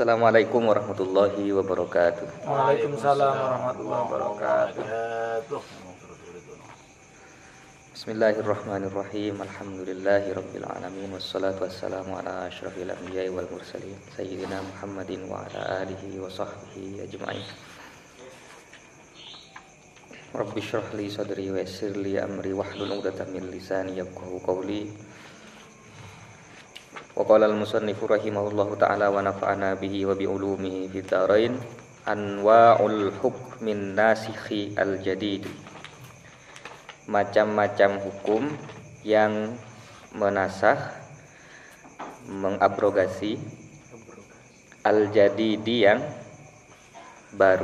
Assalamualaikum warahmatullahi wabarakatuh. Waalaikumsalam warahmatullahi wabarakatuh. Bismillahirrahmanirrahim. Alhamdulillahi rabbil alamin wassalatu wassalamu ala asyrafil anbiya'i wal mursalin sayyidina Muhammadin wa ala alihi wa sahbihi ajma'in. Rabbi shrah li sadri wa yassir li amri wahlul 'uqdatam min lisani yafqahu qawli. Wa qala al-musannifu rahimahullahu ta'ala wa nafa'ana bihi wa bi ulumihi fid dharain. Anwa'ul hukmin nasikhi al-jadid. Macam-macam hukum yang menasakh, mengabrogasi al-jadidi yang baru.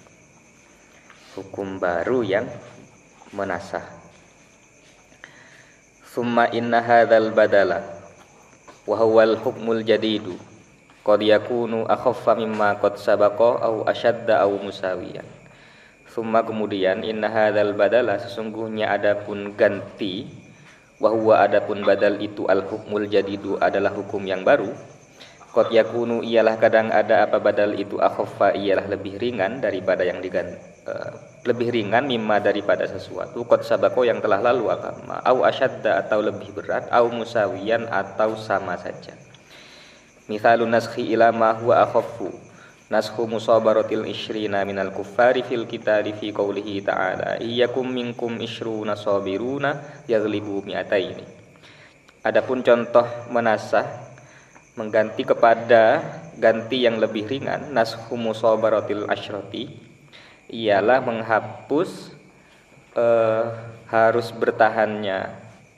Hukum baru yang menasakh. Summa inna hadzal badala wa huwal hukmul jadidu qad yakunu akhaffa mimma qad sabaqa aw ashadda aw musawiyan. Summa kemudian inna hadzal badala sesungguhnya adapun ganti, wa huwa adapun badal itu al hukmul jadidu adalah hukum yang baru. Qad yakunu ialah kadang ada apa badal itu akhaffa ialah lebih ringan daripada yang diganti, lebih ringan mimma daripada sesuatu qad sabaqa yang telah lalu agama, au asyadda atau lebih berat, au musawiyan atau sama saja. Misalun naskhi ila ma huwa akhaffu naskhu musabaratil isyrina minal kuffari fil qitali fi qoulihi ta'ala iyyakum minkum isyruna sabiruna yaghlibu mi'ataini. Adapun contoh menasakh mengganti kepada ganti yang lebih ringan, naskhu musabaratil asyrati ialah menghapus harus bertahannya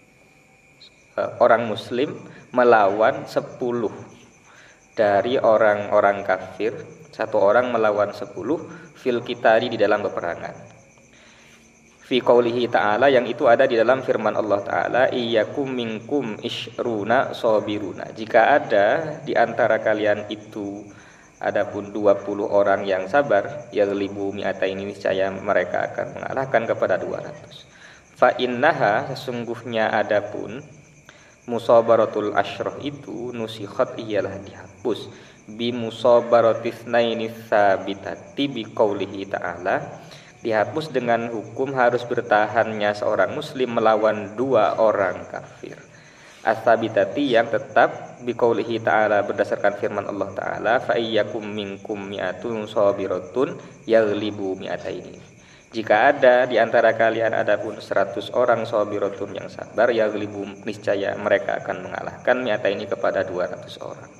orang muslim melawan 10 dari orang-orang kafir, satu orang melawan 10 fil qitali di dalam peperangan. Fi qoulihi ta'ala yang itu ada di dalam firman Allah Ta'ala iyyakum minkum isyruna sabiruna. Jika ada di antara kalian itu adapun 20 orang yang sabar, yaghlibu mi'ataini niscaya mereka akan mengalahkan kepada 200. Fa innaha sesungguhnya adapun musabaratul asyrah itu nusikhat ialah dihapus bi musabaratis naini sabitati bi qoulihi ta'ala, dihapus dengan hukum harus bertahannya seorang muslim melawan 2 orang kafir as-sabitati yang tetap bi qoulihi ta'ala berdasarkan firman Allah Ta'ala fa iyyakum minkum mi'atun sabiratun yaghlibu mi'ataini. Jika ada di antara kalian adapun 100 orang sabiratun yang sabar, yaghlibu niscaya mereka akan mengalahkan mi'ataini kepada 200 orang.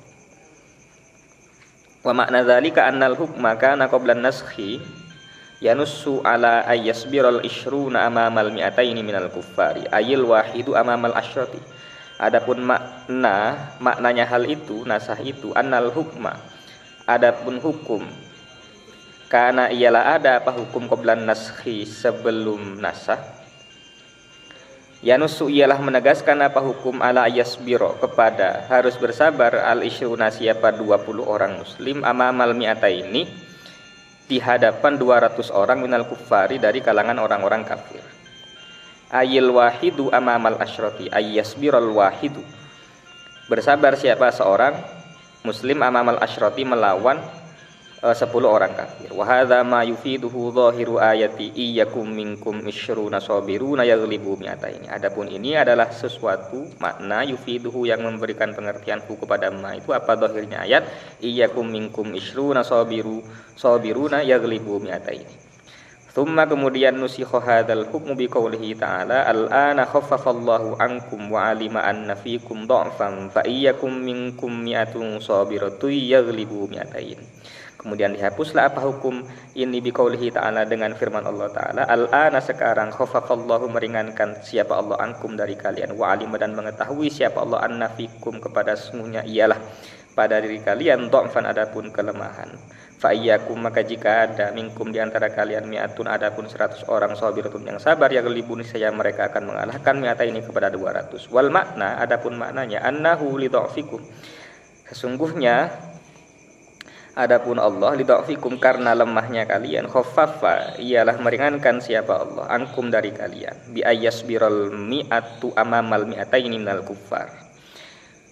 Wa makna dzalika annal hukma kana qabla an-naskhi yanussu ala ayyasbiral isyruna amamal mi'ataini minal kuffari ayil wahidu amamal asyrati. Adapun maknanya hal itu, nasah itu, annal hukma adapun hukum, karena ialah ada apa hukum qablan naskhi sebelum nasah, yanusu ialah menegaskan apa hukum ala yasbiro kepada harus bersabar al isyruna siapa 20 orang muslim amamal mi'ataini di hadapan 200 orang minal kuffari dari kalangan orang-orang kafir. Ayil wahidu amamal asyrati ayyasbiral wahidu bersabar siapa seorang muslim amamal asyrati melawan 10 orang kafir. Wa hadza ma yufiduhu zahiru ayati iyyakum minkum isyruna sabiruna yaghlibu mi'ataini. Adapun ini adalah sesuatu makna yufiduhu yang memberikan pengertian kepada ma itu apa zahirnya ayat iyyakum minkum isyruna sabiruna yaghlibu mi'ataini. Tsumma kemudian nusikha hadzal hukmu bi qoulihi ta'ala al-ana khaffafallahu ankum wa alima anna fikum dha'fan fa iyyakum minkum mi'atun sabiratun yaghlibu mi'ataini. Kemudian dihapuslah apa hukum ini biqaulihi ta'ala dengan firman Allah Ta'ala al-ana sekarang khafafallahu meringankan siapa Allah ankum dari kalian wa alima dan mengetahui siapa Allah anna fikum kepada sesungguhnya ialah pada diri kalian dha'fan adapun kelemahan fa iyyakum maka jika ada minkum di antara kalian mi'atun adapun 100 orang sabiratun yang sabar yaghlibu niscaya mereka akan mengalahkan mi'ata ini kepada 200. Wal makna adapun maknanya annahu li dha'fikum sesungguhnya adapun Allah lidhafikum karena lemahnya kalian khaffafa ialah meringankan siapa Allah ankum dari kalian bi ayyasbiral mi'atu amamal mi'ataini minal kuffar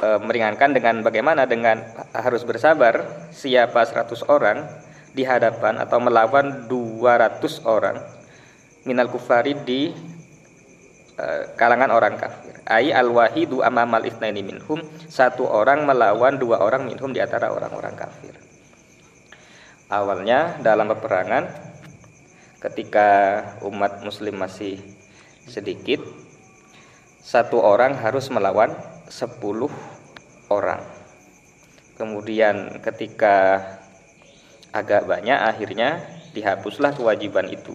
meringankan dengan bagaimana, dengan harus bersabar siapa 100 orang di hadapan atau melawan 200 orang minal kufari di kalangan orang kafir. Ai al-wahidu amamal itsnaini minhum, satu orang melawan dua orang minhum di antara orang-orang kafir. Awalnya dalam peperangan ketika umat muslim masih sedikit, satu orang harus melawan 10 orang. Kemudian ketika agak banyak, akhirnya dihapuslah kewajiban itu.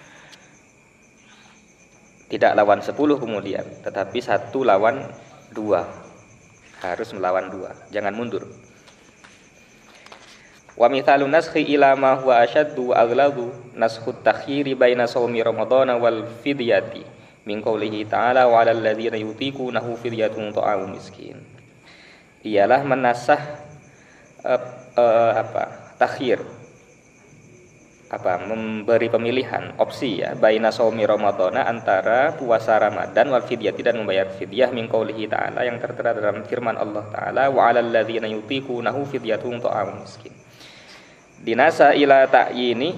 Tidak lawan 10 kemudian, tetapi 1 lawan 2. Harus melawan 2, jangan mundur. Wa mithalun naskhi ila ma huwa ashaddu wa aghladu naskhut takhiri baina shaumi ramadhana wal fidyati min qoulihi ta'ala wa 'alal ladzina yutiqunahu fidyatun ta'amu miskin. Ialah menasah takhir, memberi pemilihan, opsi ya, baina shaumi ramadhana, antara puasa Ramadan wal fidyati dan membayar fidyah, min qoulihi ta'ala, yang tertera dalam firman Allah Ta'ala, wa 'alal ladzina yutiqunahu fidyatun ta'amu miskin. Dinasa ila ta'yini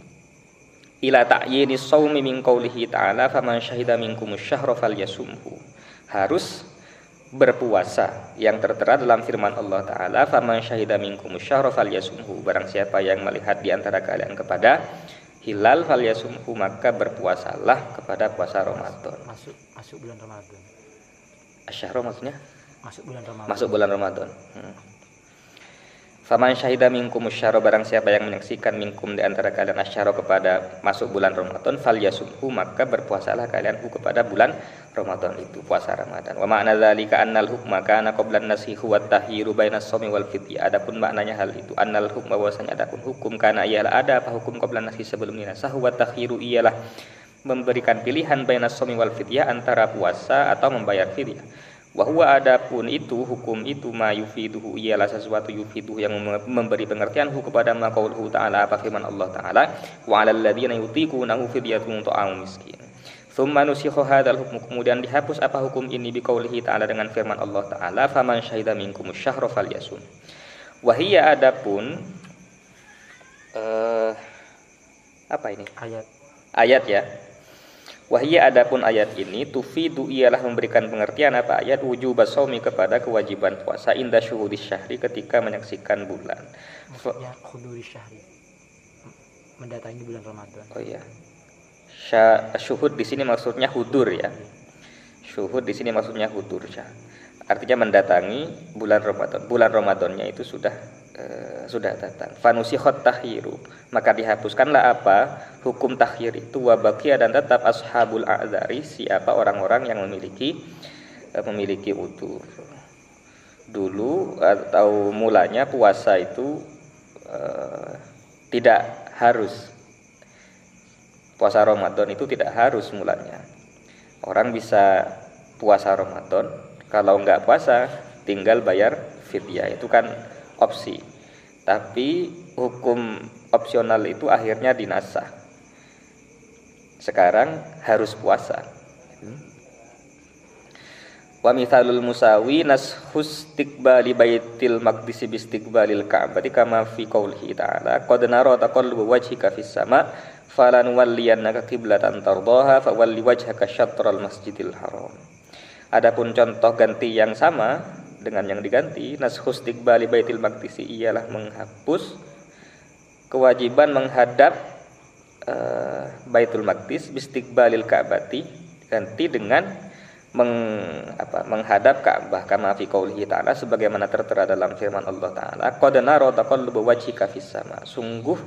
shaumi min qoulihi ta'ala faman syahida minkumus syahra falyasumhu. Harus berpuasa yang tertera dalam firman Allah Ta'ala, faman syahida minkumus syahra falyasumhu. Barang siapa yang melihat di antara kalian kepada hilal falyasumhu, maka berpuasalah kepada puasa Ramadan. Masuk bulan Ramadan. Asyhara maksudnya? Masuk bulan Ramadan. Faman syahida minkum asyhara, barang siapa yang menyaksikan minkum di antara kalian asyhara kepada masuk bulan Ramadan, falyasumhu, maka berpuasalah kalian kepada bulan Ramadan itu, puasa Ramadan. Wa ma'na dzalika annal hukma kana qabla an-nasihi wa at-tahyiru bainas shaumi wal fidyah. Adapun maknanya hal itu, annal hukma, bahwasanya adapun hukum, kana ialah ada apa hukum qabla an-nasihi sebelum dinasah, wa at-tahyiru ialah memberikan pilihan bainas shaumi wal fidyah, antara puasa atau membayar fidyah. Wahwa adapun itu, hukum itu, ma yufiduhu, ialah sesuatu yufiduhu yang memberi pengertian kepada ma qauluhu ta'ala, apa firman Allah Ta'ala, wa 'alal ladzina yutiqunahu fidyatun ta'amu miskin. Tsumma nusikha hadzal hukmu, kemudian dihapus apa hukum ini bi qaulihi ta'ala, dengan firman Allah Ta'ala, faman syahida minkumus syahra falyasum. Wa hiya adapun apa ini? Ayat ya. Wahia adapun ayat ini tufidu, ialah memberikan pengertian apa ayat, wujubas shaumi, kepada kewajiban puasa, inda syuhudis syahri, ketika menyaksikan bulan. Maksudnya huduris syahri, mendatangi bulan Ramadan. Oh iya. Syuhud di sini maksudnya hudur ya. Syuhud di sini maksudnya hudur ya. Artinya mendatangi bulan Ramadan. Bulan Ramadannya itu sudah datang. Fanusikhat tahyiru, maka dihapuskanlah apa hukum takhir itu, wa baqiya, dan tetap ashabul a'dzari, siapa orang-orang yang memiliki udzur. Dulu atau mulanya puasa itu tidak harus, puasa Ramadan itu tidak harus mulanya. Orang bisa puasa Ramadan, kalau enggak puasa tinggal bayar fidyah, itu kan opsi. Tapi hukum opsional itu akhirnya dinasah. Sekarang harus puasa. Wa mithalul musawi nashus istiqbali baitil maqdis bi istiqbalil ka'bati kama fi qoulihi ta'ala, qad nara taqalluba wajhika fis sama falanuwalliyannaka qiblatan tardaha fawalli wajhaka syatral masjidil haram. Adapun contoh ganti yang sama dengan yang diganti, nashus istiqbali baitil maqdis, ialah menghapus kewajiban menghadap Baitul Maqdis, bistiqbalil Ka'bati, ganti dengan menghadap Ka'bah, kama fi qoulihi ta'ala, sebagaimana tertera dalam firman Allah Ta'ala, qad nara taqalluba wajhika fis sama, sungguh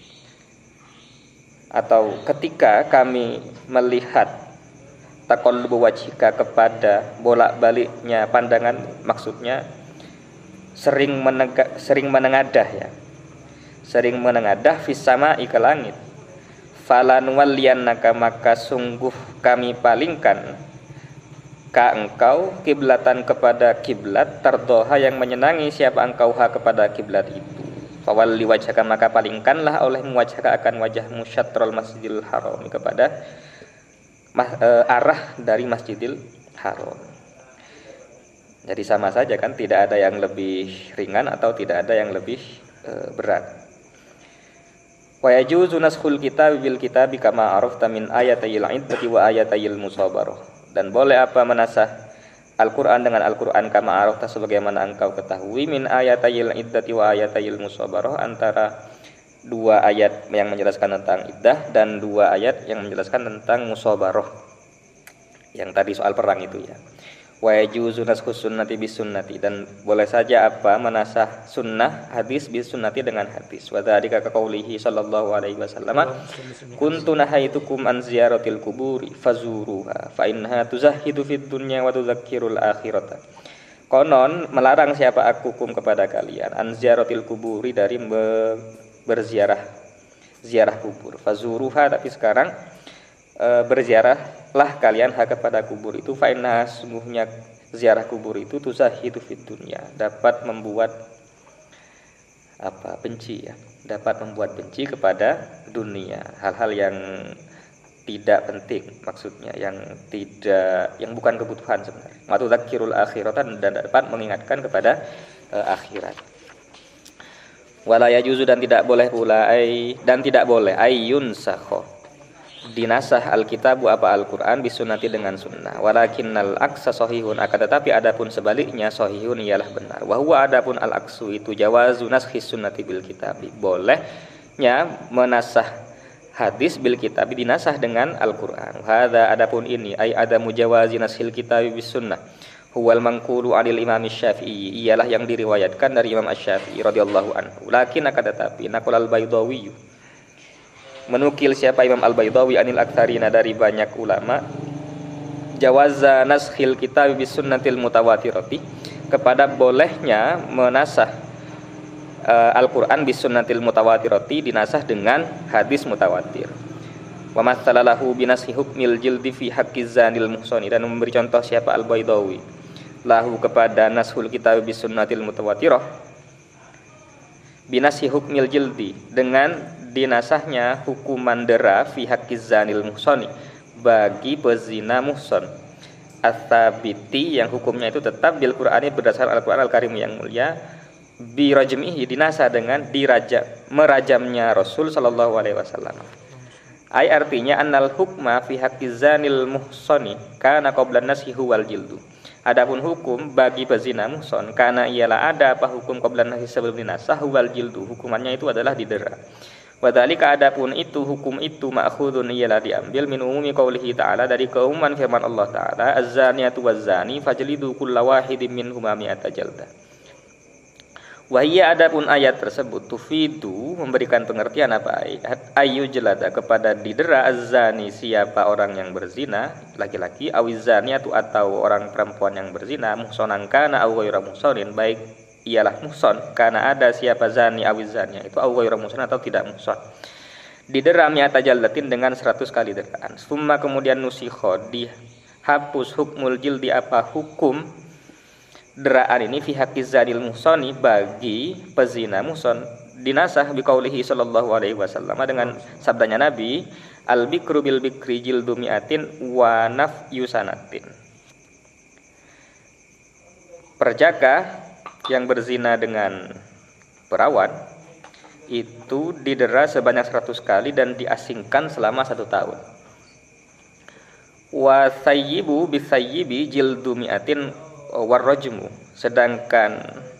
atau ketika kami melihat taqalluba wajhika, kepada bolak-baliknya pandangan, maksudnya sering menengadah ya, sering menengadah fis sama'i, ke langit. Falanuwalliyannaka, maka sungguh kami palingkan ka engkau kiblatan, kepada kiblat, tardoha, yang menyenangi siapa engkau ha kepada kiblat itu. Fawalli wajhaka, maka palingkanlah olehmu wajhaka, akan wajahmu, syatrul masjidil haram, kepada arah dari Masjidil Haram. Jadi sama saja kan, tidak ada yang lebih ringan atau tidak ada yang lebih berat. Wa yajuzu naskhul kitab bil kitabi kama arafta min ayatayil iddati wa ayatayil musabarah. Dan boleh apa menasah Al-Qur'an dengan Al-Qur'an kama arafta sebagaimana engkau ketahui min ayatayil iddati wa ayatayil musabarah, antara dua ayat yang menjelaskan tentang iddah dan dua ayat yang menjelaskan tentang musabarah. Yang tadi soal perang itu ya. Wa yajuzu naskhus sunnati bis sunnati, dan boleh saja apa menasah sunnah hadis bis sunnati dengan hadis. Wa dzalika ka qaulihi sallallahu alaihi wasallam, kuntu nahaitukum an ziyaratil kuburi fazuruha fa innaha tuzahhidu fid dunya wa tudzakkirul akhirata. Konon melarang siapa akukum kepada kalian an ziyaratil kuburi, dari berziarah kubur. Fazuruha, tapi sekarang berziarahlah kalian kepada kubur itu. Fa inna, sungguhnya ziarah kubur itu tuzahidu fid dunya, dapat membuat benci ya, dapat membuat benci kepada dunia, hal-hal yang tidak penting, maksudnya yang bukan kebutuhan sebenarnya. Wa tudzakkirul akhirata, dan dapat mengingatkan kepada akhirat. Wala yajuzu, dan tidak boleh pula ayun sakho, dinasah alkitabu apa Al-Qur'an bisunnati dengan sunnah. Walakinnal aksa sahihun, akan tetapi adapun sebaliknya sahihun ialah benar. Wa huwa, adapun al-aksu itu jawazu naskhi sunnati bil kitabi, bolehnya menasah hadis bil kitabi, dinasah dengan Al-Qur'an. Hadza, adapun ini ay adamu jawazi nashil kitabi bis sunnah huwal manqulu 'anil Imam Syafi'i, ialah yang diriwayatkan dari Imam Asy-Syafi'i radhiyallahu anhu. Lakin akan tetapi naqul al-Baydhawi, menukil siapa Imam Al-Baydhawi anil aktsarina, dari banyak ulama, jawaza naskhil kitab bis sunnatil mutawatirati, kepada bolehnya menasah Al-Qur'an bis sunnatil mutawatirati, dinasah dengan hadis mutawatir. Wa matsalalahu binasih hukmil jildi fi haqqiz zanil muhsani, dan memberi contoh siapa Al-Baydhawi lahu kepada nashul kitab bis sunnatil mutawatirah binasih hukmil jildi, dengan dinasahnya hukuman dera fi haqqiz zanil muhsani, bagi pezina muhson, ats-tsabiti, yang hukumnya itu tetap bil Qur'ani, berdasarkan Al-Qur'an Al-Karim yang mulia, bi rajmihi, dinasah dengan merajamnya Rasul sallallahu alaihi wasallam. Ai artinya annal hukma fi haqqiz zanil muhsani kana qabla nasyi wal jildu. Adapun hukum bagi pezina muhson, karena ialah ada apa hukum qabla nasyi, sebelum dinasah, wal jildu, hukumannya itu adalah didera. Wa dzalika, adapun itu hukum itu ma'khudun, ialah diambil min umumi qaulihi ta'ala, dari keumuman firman Allah Ta'ala, az-zaniyatu waz-zani fajlidu kulla wahidin minhuma mi'ata jaldah. Wahia, adapun ayat tersebut tufidu, memberikan pengertian apa ayat ayu jelada, kepada didera az-zani, siapa orang yang berzina laki-laki, awizaniatu, atau orang perempuan yang berzina, muhsonan kana aw ghairu muhsonin, baik ialah muhson karena ada siapa zani awizania itu, aw ghairu muhson, atau tidak muhson, didera mi'ata jaldatin, dengan 100 kali deraan. Summa, kemudian nusikho, dihapus hukmul jildi apa hukum deraan ini fi haqqiz zanil muhsani, bagi pezina muhson, dinasah biqaulihi sallallahu alaihi wasallam, dengan sabdanya Nabi, al bikru bil bikri jildu mi'atin wa nafyu sanatin. Perjaka yang berzina dengan perawan itu didera sebanyak 100 kali dan diasingkan selama 1 tahun. Wa sayyibu bisayyibi jildu mi'atin warrajmu, sedangkan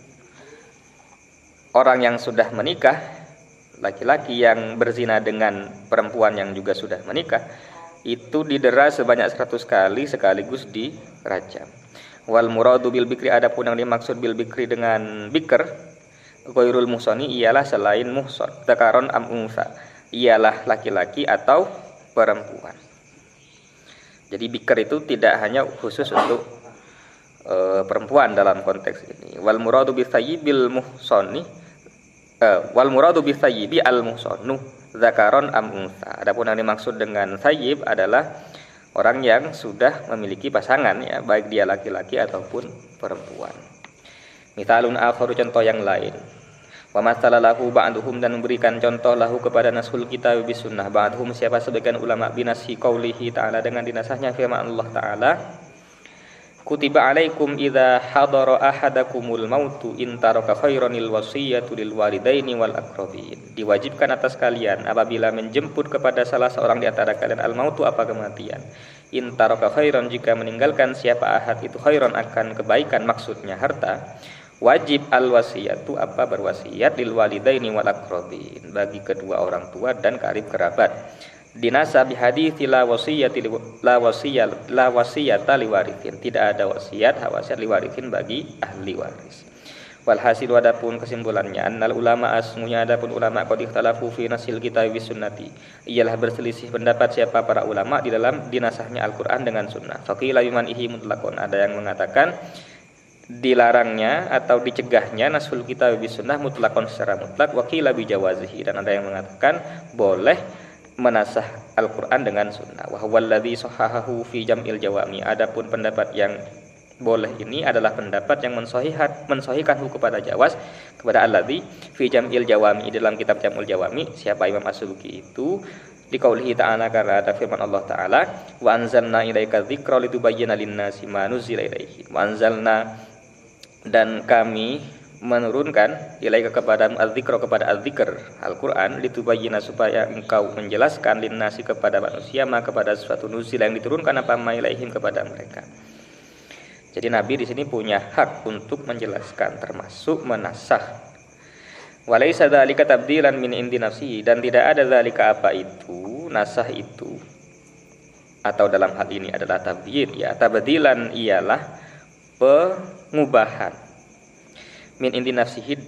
orang yang sudah menikah, laki-laki yang berzina dengan perempuan yang juga sudah menikah, itu didera sebanyak 100 kali sekaligus dirajam. Wal muradu bil bikri, adapun yang dimaksud bil bikri dengan bikr, ghairul muhsani, ialah selain muhson, dzakaron am unsa, ialah laki-laki atau perempuan. Jadi bikr itu tidak hanya khusus untuk perempuan dalam konteks ini. Wal muradu bi sayyibil muhsani wal muradu bi sayyibi al muhsanu dzakaron am unsa. Adapun yang dimaksud dengan sayyib adalah orang yang sudah memiliki pasangan, ya, baik dia laki-laki ataupun perempuan. Misalun akharu, contoh yang lain. Wa masalahu ba'duhum, dan memberikan contoh lahu kepada nasul kitab bis sunnah, ba'duhum, siapa sebagian ulama, binasi qaulihi ta'ala, dengan dinasahnya firman Allah Ta'ala, Kutiba alaikum idza hadara ahadakumul mautu in taraka khairanil wasiyatu lil walidaini wal aqrabin. Diwajibkan atas kalian apabila menjemput kepada salah seorang di antara kalian al mautu apa kematian. In taraka khairan, jika meninggalkan siapa ahad itu khairan akan kebaikan, maksudnya harta. Wajib al wasiyatu apa berwasiat lil walidaini wal aqrabin, bagi kedua orang tua dan karib kerabat. Dinasa bihadithi la wasiyata liwarithin, tidak ada wasiat hak liwarithin bagi ahli waris. Walhasil, adapun kesimpulannya, annal ulama asmunya, adapun ulama qad ikhtalafu fi nasil kitab bis sunnati, ialah berselisih pendapat siapa para ulama di dalam dinasahnya Al-Qur'an dengan sunnah. Faqila yumanihi mutlaqon, ada yang mengatakan dilarangnya atau dicegahnya nasul kitab bis sunnah mutlaqon secara mutlak, wa qila bijawazihi, dan ada yang mengatakan boleh menasah Al-Quran dengan sunnah. Wa huwa alladhi sahahahu fi jam'il jawami, adapun pendapat yang boleh ini adalah pendapat yang mensahihkanhu kepada jawaz, kepada alladhi fi jam'il jawami, dalam kitab Jam'ul Jawami. Siapa Imam As-Subki itu? Di qaulihi ta'ala, karena ada firman Allah Ta'ala, wa anzalna ilaika dzikra litubayyana lin-nasi ma nuzila ilaihim. Wa anzalna, dan kami menurunkan ilaika kepada az-dzikra, kepada az-dzikr Al-Qur'an, litubayyana, supaya engkau menjelaskan linnasi kepada manusia, maka kepada suatu nuzil yang diturunkan apa mailaihim kepada mereka. Jadi Nabi di sini punya hak untuk menjelaskan, termasuk menasah. Walaisa dzalika tabdilan min indi nafsihi, dan tidak ada dzalika apa itu nasah itu, atau dalam hal ini adalah tabdil, ya. Tabdilan ialah pengubahan min inti nafsihi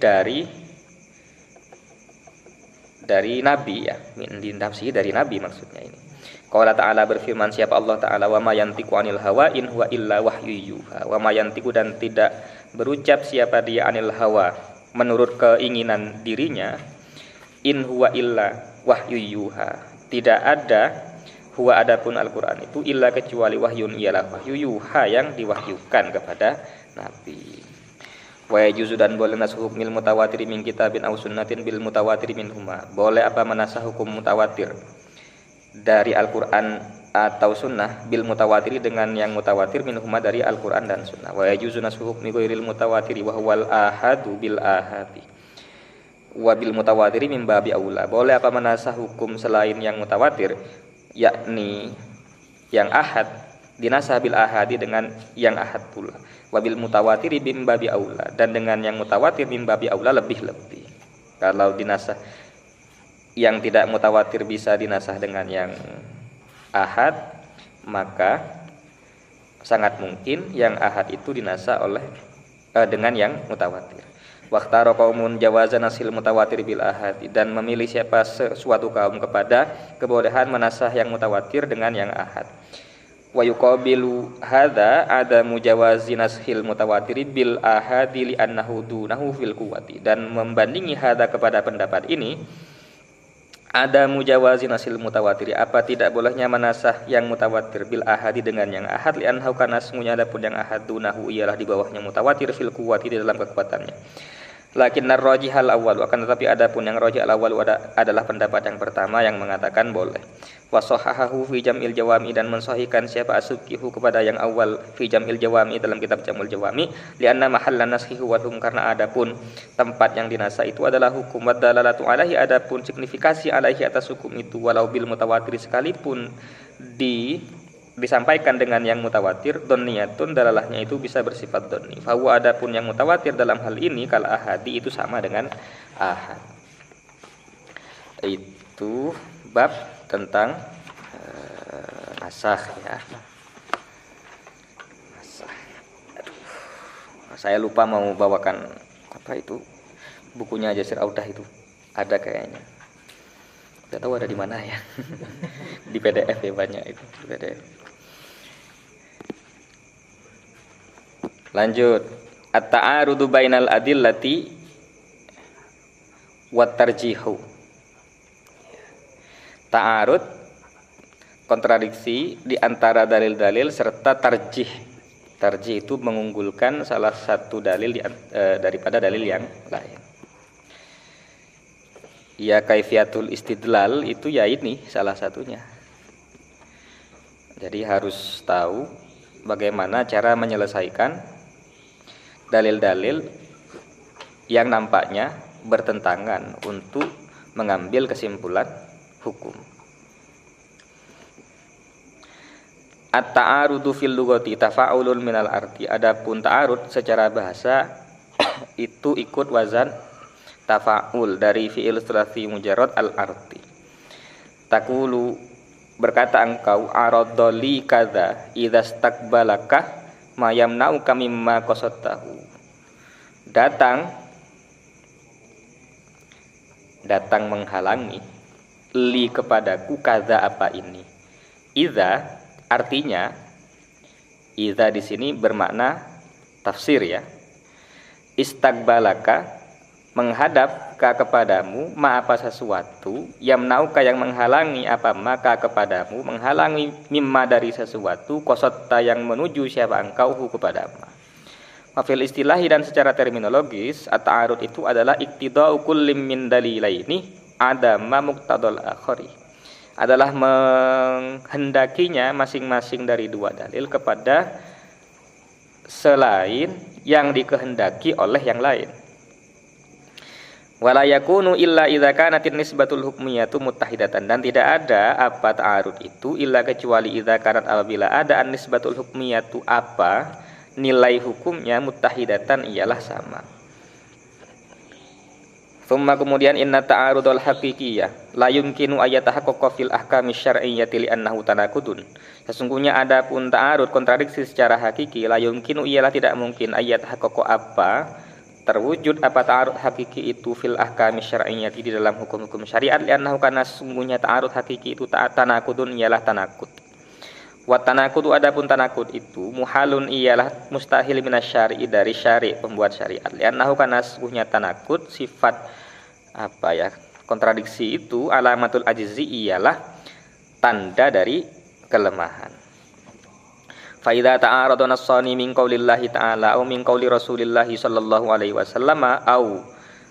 dari Nabi, ya. Min inti nafsihi dari Nabi maksudnya ini. Qala Ta'ala, berfirman siapa Allah Ta'ala, wa ma yantiqu anil hawa in huwa illa wahyu yuha. Wa ma yantiqu, dan tidak berucap siapa dia anil hawa, menurut keinginan dirinya, in huwa illa wahyu yuha, tidak ada huwa, adapun Al-Qur'an itu, illa kecuali wahyun, ialah wahyu yuha yang diwahyukan kepada Nabi. Wa yajuzu, dan boleh nasah hukmil mutawatir min kitabin aw sunnatin bil mutawatir minhuma, boleh apa menasah hukum mutawatir dari Al-Qur'an atau sunnah, bil mutawatir dengan yang mutawatir, minhuma dari Al-Qur'an dan sunnah. Wa yajuzu nasah hukmi ghairil mutawatir wa huwal ahadu bil ahadi wa bil mutawatir min babi aula, boleh apa menasah hukum selain yang mutawatir, yakni yang ahad, dinasah bil ahadi dengan yang ahad pula. Wabil mutawatir bim babi aula, dan dengan yang mutawatir bim babi aula lebih-lebih. Kalau dinasah yang tidak mutawatir bisa dinasah dengan yang ahad, maka sangat mungkin yang ahad itu dinasah oleh dengan yang mutawatir. Waqtara qaumun jawazan nasil mutawatir bil ahad, dan memilih siapa suatu kaum kepada kebolehan menasah yang mutawatir dengan yang ahad. Wa yuqabilu hadza ada mujawazi nashil mutawatir bil ahadi li annahu dunahu fil quwwati, dan membandingi hadza kepada pendapat ini ada mujawazi nasil mutawatir, apa tidak bolehnya menasah yang mutawatir bil ahadi dengan yang ahad, li annahu kana smunya, adapun yang ahad dunahu ialah di bawahnya mutawatir fil quwwati, di dalam kekuatannya. Lakinnar rajihal awal, akan tetapi adapun yang rajih al awal adalah pendapat yang pertama yang mengatakan boleh. Wa sahahahu fi jam'il jawami, dan mensahihkan siapa As-Subkihu kepada yang awal fi jam'il jawami, dalam kitab Jam'ul Jawami, lianna mahallan naskhi huwa hum, karena adapun tempat yang dinasa itu adalah hukum, wa dalalatu alaihi, adapun signifikasi alaihi atas hukum itu, walau bil mutawatir, sekalipun disampaikan dengan yang mutawatir, donniyatun, dalalahnya itu bisa bersifat donni. Fahuwa, adapun yang mutawatir dalam hal ini kal ahadi, itu sama dengan ahad. Itu bab tentang nasakh, ya. Nasakh. Saya lupa mau bawakan apa itu bukunya Jasir Audah, itu ada kayaknya. Tidak tahu ada di mana ya. Di PDF ya, banyak itu di PDF. Lanjut, at-ta'arudu bainal adillati wat tarjihu. Ta'arud, kontradiksi di antara dalil-dalil serta tarjih. Tarjih itu mengunggulkan salah satu dalil daripada dalil yang lain. Ya kaifiatul istidlal itu ya ini salah satunya. Jadi harus tahu bagaimana cara menyelesaikan dalil-dalil yang nampaknya bertentangan untuk mengambil kesimpulan hukum. At-ta'arudu fil lughati tafa'ulun minal arti. Adapun ta'arud secara bahasa itu ikut wazan tafa'ul dari fi'il tsulasi mujarrad al-arti. Taqulu, berkata engkau, aradoli kadza idza stakbalaka ma yamna'uka mimma qasadtahu. Datang menghalangi li kepadaku kadza apa ini. Idza artinya, idza di sini bermakna tafsir ya. Istaqbalaka menghadap ka kepadamu ma apa sesuatu, yamnauka yang menghalangi apa maka kepadamu, menghalangi mimma dari sesuatu, qasatta yang menuju siapa engkau hu kepadanya. Mafil istilahi dan secara terminologis, at-ta'arud itu adalah iktidau kullim min dalilaini adama muqtadal akhari. Adalah menghendakinya masing-masing dari dua dalil kepada selain yang dikehendaki oleh yang lain. Wala yakunu illa idza kanatin nisbatul hukmiyatu muttahidatan, dan tidak ada apa ta'arud itu illa kecuali idza kanat apabila ada an-nisbatul hukmiyatu apa nilai hukumnya muttahidatan ialah sama. Thumma kemudian inna ta'arudul haqiqiyah la yumkinu ayatahaqqaqa fil ahkami syar'iyyati li'annahu tanaqudun. Sesungguhnya ada pun ta'arud kontradiksi secara hakiki, la yumkinu ialah tidak mungkin ayatahaqqaqa apa terwujud apa ta'arud hakiki itu fil ahkami syar'iyyati di dalam hukum-hukum syariat, li'annahu karena sesungguhnya ta'arud hakiki itu tanaqudun ialah tanaqud. Wa tanaqudu adapun tanaqud itu muhalun ialah mustahil minasyari'i dari syari' pembuat syariat, li'annahu karena sesungguhnya tanaqud sifat apa ya, kontradiksi itu alamatul ajzi ialah tanda dari kelemahan. Fa idza ta'arada nassani min qaulillahi ta'ala au min qauli rasulillahi sallallahu alaihi wasallam au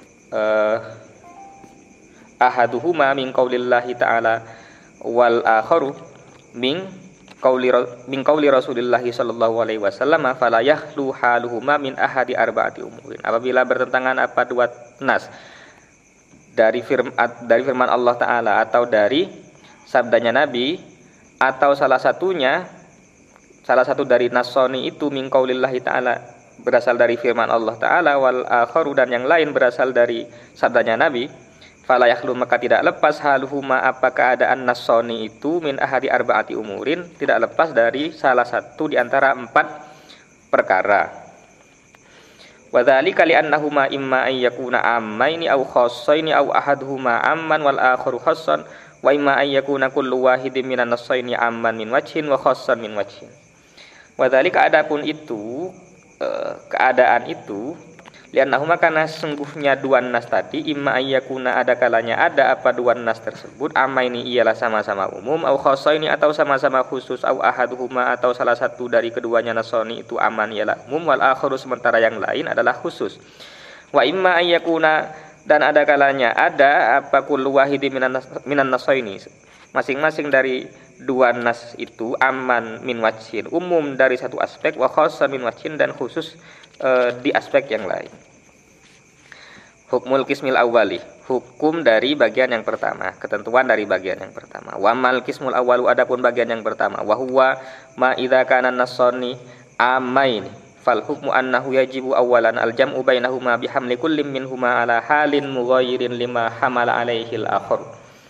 ahaduhuma min qaulillahi ta'ala wal akharu min qauli rasulillahi sallallahu alaihi wasallam fala yakhlu haluhuma min ahadi arba'ati umurin. Apabila bertentangan apa dua nas dari firman Allah Ta'ala atau dari sabdanya Nabi, atau salah satu dari nasoni itu min qaulillahi ta'ala berasal dari firman Allah Ta'ala, wal akharu dan yang lain berasal dari sabdanya Nabi, fala yakhlu maka tidak lepas haluhuma apa keadaan nasoni itu min ahadi arba'ati umurin, tidak lepas dari salah satu di antara 4 perkara. Wa dzalika li annahuma imma ay yakuna ammaini aw khassaini aw ahaduhuma amman wal akharu khassan wa imma ay yakuna kullu wahidin minan nassaini amman min wajhin wa khassan min wajhin. Wa dzalika adapun itu keadaan itu liannahuma karena sungguhnya dua nas tadi imma ay yakuna ada kalanya ada apa dua nas tersebut amma ini ialah sama-sama umum, au khassaini atau sama-sama khusus, au ahaduhuma atau salah satu dari keduanya nasoni itu aman ialah umum, wal akharu sementara yang lain adalah khusus. Wa imma ay yakuna dan ada kalanya ada apa kullu wahidi minan nasaini masing-masing dari dua nas itu aman min wajhin umum dari satu aspek, wa khassan min wajhin dan khusus di aspek yang lain. Hukmul qismil awwali, hukum dari bagian yang pertama, ketentuan dari bagian yang pertama. Wa mal qismul awwalu adapun bagian yang pertama, wa huwa ma idza kana nasani amain fal hukmu annahu yajibu awwalan al jam'u bainahuma bihamli kullin minhuma ala halin mughayyirin lima hamala alaihi al akhar.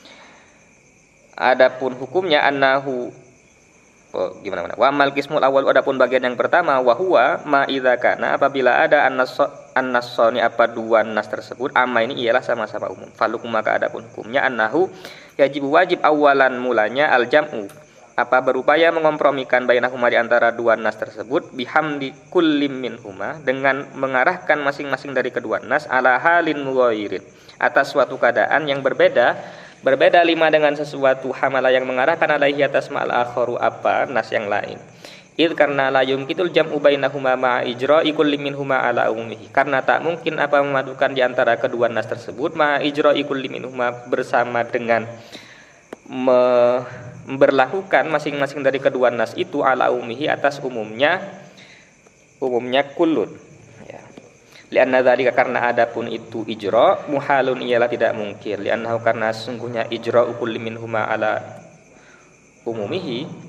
Adapun hukumnya annahu Wa mal qismul awal adapun bagian yang pertama wa huwa ma idza kana apabila ada an-nassani apa dua nas tersebut amma ini ialah sama-sama umum. Falukum maka adapun hukumnya annahu wajib awalan mulanya al-jam'u apa berupaya mengompromikan bainahuma di antara dua nas tersebut bihamdi kullim minhuma dengan mengarahkan masing-masing dari kedua nas ala halin mughayyirin atas suatu keadaan yang berbeda lima dengan sesuatu hamala yang mengarahkan alaihi atas ma'al akharu apa nas yang lain. Id karena la yumkitul jam'u bainahuma ma'a ijra'i kulli minhuma ala umumihi, karena tak mungkin apa memadukan di antara kedua nas tersebut ma'a ijra'i kulli minhuma bersama dengan berlakukan masing-masing dari kedua nas itu ala umihi atas umumnya kullun ya. Lianna dzalika karena adapun itu ijra muhalun ialah tidak mungkin liannahu karena sesungguhnya ijra kulli minhuma ala umumihi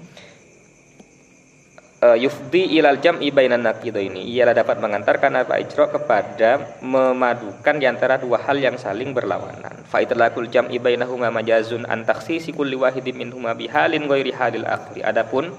yufdi ilal jam'i bainan naqidaini ialah dapat mengantarkan apa ijra kepada memadukan di antara dua hal yang saling berlawanan. Fa itlaqul jam'i bainahuma majazun an takhsisi kulli wahidin minhuma bihalin ghairi halil akhri. Adapun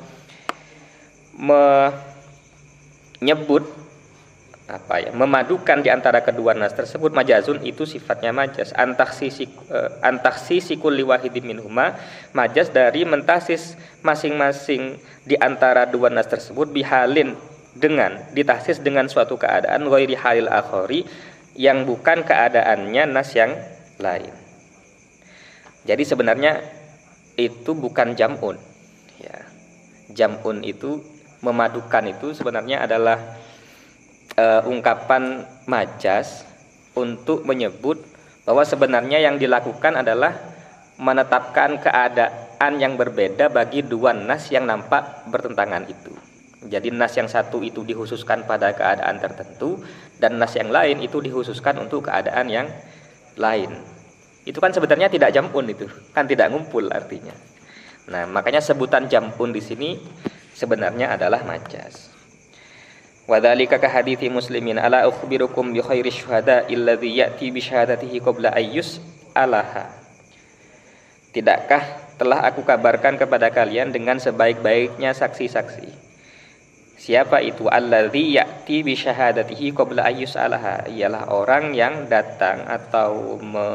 menyebut memadukan di antara kedua nas tersebut majazun itu sifatnya majaz antaksisi kulli wahidin minhuma majaz dari mentaksis masing-masing di antara dua nas tersebut bihalin dengan ditaksis dengan suatu keadaan ghairi halil akhari yang bukan keadaannya nas yang lain. Jadi sebenarnya itu bukan jam'un ya. Jam'un itu memadukan itu sebenarnya adalah ungkapan majaz untuk menyebut bahwa sebenarnya yang dilakukan adalah menetapkan keadaan yang berbeda bagi dua nas yang nampak bertentangan itu. Jadi nas yang satu itu dikhususkan pada keadaan tertentu dan nas yang lain itu dikhususkan untuk keadaan yang lain. Itu kan sebenarnya tidak jam'un, itu kan tidak ngumpul artinya. Nah, makanya sebutan jam'un di sini sebenarnya adalah majaz. Wadzalika ka hadithi muslimin ala ukhbirukum bi khairi syuhada alladzi ya'ti bi syahadatihi qabla ayyus alaha. Tidakkah telah aku kabarkan kepada kalian dengan sebaik-baiknya saksi-saksi? Siapa itu alladzi ya'ti bi syahadatihi qabla ayyus alaha? Ialah orang yang datang atau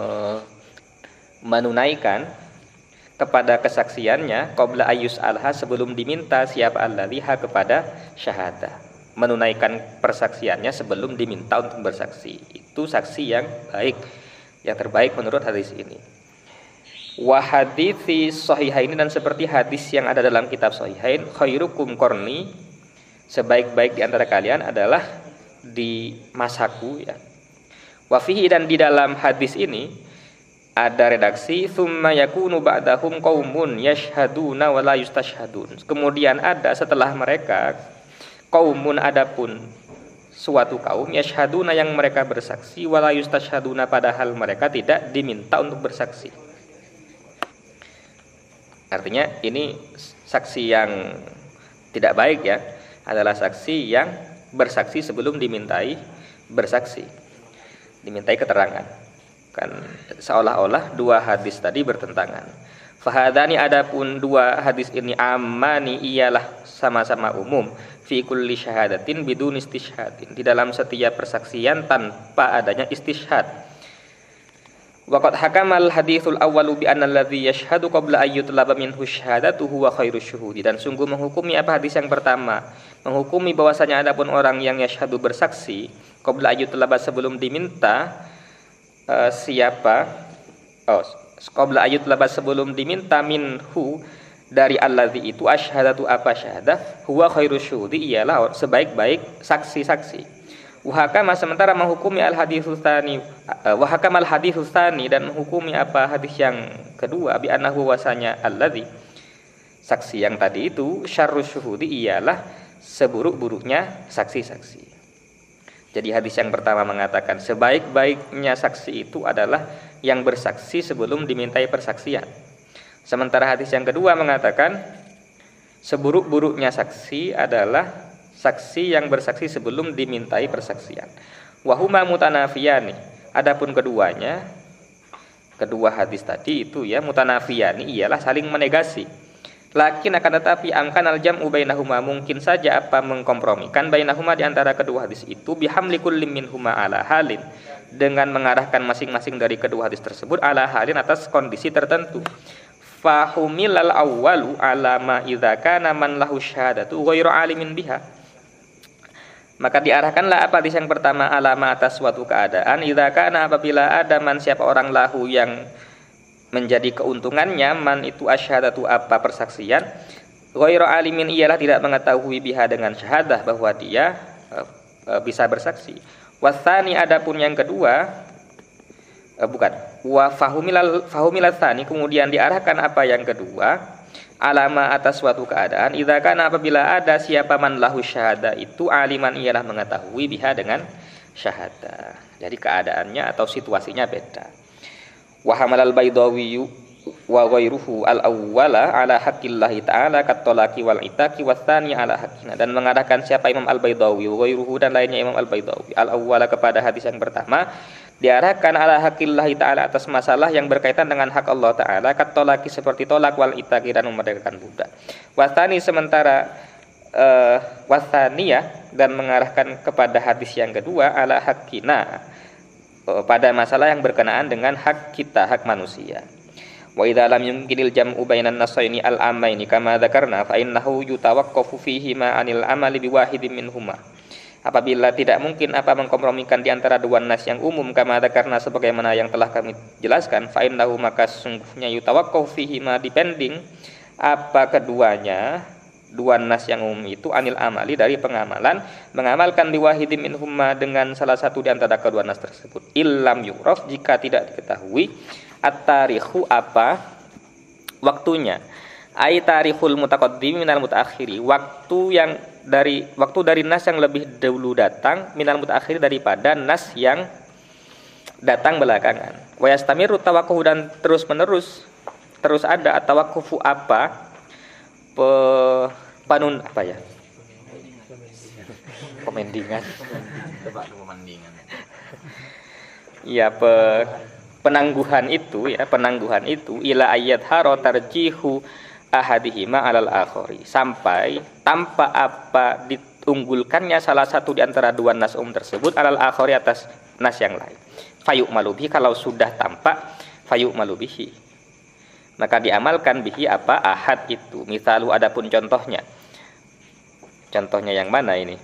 menunaikan kepada kesaksiannya qabla ayyus alaha sebelum diminta siapa alladziha kepada syahadah. Menunaikan persaksiannya sebelum diminta untuk bersaksi. Itu saksi yang baik, yang terbaik menurut hadis ini. Wa hadithi sahihain dan seperti hadis yang ada dalam kitab sahihain, khairukum qarni, sebaik-baik di antara kalian adalah di masaku ya. Wa fihi dan di dalam hadis ini ada redaksi tsumma yakunu ba'dahum qaumun yashhaduna wa la yustashhadun. Kemudian ada setelah mereka qaumun adapun suatu kaum yashhaduna yang mereka bersaksi wala yustashhaduna padahal mereka tidak diminta untuk bersaksi. Artinya ini saksi yang tidak baik ya, adalah saksi yang bersaksi sebelum dimintai bersaksi, dimintai keterangan. Kan seolah-olah dua hadis tadi bertentangan. Fahadani adapun dua hadis ini amani ialah sama-sama umum fi kulli syahadatin bidun istishhadin, di dalam setiap persaksian tanpa adanya istishhad. Waqad hakamal haditsul awwalu bi anna alladhi yashhadu qabla ayyutlaba minhu syahadatuhu wa khairu syuhudi, dan sungguh menghukumi apa hadis yang pertama, menghukumi bahwasanya adapun orang yang yashhadu bersaksi qabla ayyutlaba sebelum diminta qabla ayyutlaba sebelum diminta minhu dari alladzi itu asyhadatu apa syahadah huwa khairu syuhudi ialah sebaik-baik saksi-saksi. Wahakama sementara menghukumi al-haditsus tsani wahakamal haditsus tsani dan menghukumi apa hadis yang kedua bi annahu wasanya alladzi saksi yang tadi itu syarru syuhudi ialah seburuk-buruknya saksi-saksi. Jadi hadis yang pertama mengatakan sebaik-baiknya saksi itu adalah yang bersaksi sebelum dimintai persaksian. Sementara hadis yang kedua mengatakan seburuk-buruknya saksi adalah saksi yang bersaksi sebelum dimintai persaksian. Wahuma mutanafiyani. Adapun keduanya, kedua hadis tadi itu ya mutanafiyani ialah saling menegasi. Lakin akan tetapi amkanal jam'u bainahuma, mungkin saja apa mengkompromikan bainahuma di antara kedua hadis itu bihamli kullim minhuma ala halin, dengan mengarahkan masing-masing dari kedua hadis tersebut ala halin atas kondisi tertentu. Fahumilal awwalu ala ma idza kana man lahu syahadatu ghairu alimin biha. Maka diarahkanlah apa hadis yang pertama alama atas suatu keadaan idza kana apabila ada man siapa orang lahu yang menjadi keuntungannya man itu asyhadatu apa persaksian ghairu alimin ialah tidak mengetahui biha dengan syahadah bahwa dia bisa bersaksi. Wasani adapun yang kedua wa fahumilal tsani kemudian diarahkan apa yang kedua alama atas suatu keadaan idza kana apabila ada siapa man lahu syahada itu aliman ialah mengetahui biha dengan syahada. Jadi keadaannya atau situasinya beda. Wa hamalal Baidawi wa ghairuhu al-awwala ala haqqillahi ta'ala kat-talaqi wal itaqi watsani ala haqqina, dan mengarahkan siapa Imam Al-Baidawi wa ghairuhu dan lainnya Imam Al-Baidawi al-awwala kepada hadis yang pertama diarahkan ala haqqillahi ta'ala atas masalah yang berkaitan dengan hak Allah Ta'ala kat-talaqi seperti tolak wal itaqi dan memerdekakan budak. Watsani sementara watsaniyah dan mengarahkan kepada hadis yang kedua ala haqqina pada masalah yang berkenaan dengan hak kita, hak manusia. Wa idza lam yumkinil jam'u bainan nasaini al-amaini kama dzakarna fa innahu yutawaqqafu fihi ma 'anil amali biwahidin minhuma. Apabila tidak mungkin mengkompromikan di antara dua nas yang umum kama dzakarna sebagaimana yang telah kami jelaskan, fa innahu maka sesungguhnya yutawaqqafu fihi ma depending keduanya dua nas yang umum itu anil amali dari pengamalan, mengamalkan biwahidin minhuma dengan salah satu di antara kedua nas tersebut. Illam yuraf jika tidak diketahui at-tarikhu waktunya, ai tarikhul mutaqaddim minal mutaakhiri, waktu dari nas yang lebih dahulu datang minal mutaakhiri daripada nas yang datang belakangan. Wa yastamiru tawaqquh dan terus ada at-tawaqqufu pemendingan. Ya, penangguhan itu ila ayat haro tarjihu ahadihima alal akhari, sampai tanpa diunggulkannya salah satu di antara dua nas tersebut alal akhari atas nas yang lain. Fayuk malubihi, kalau sudah tampak fayuk malubihi maka diamalkan bihi ahad itu. Misalu adapun contohnya yang mana ini?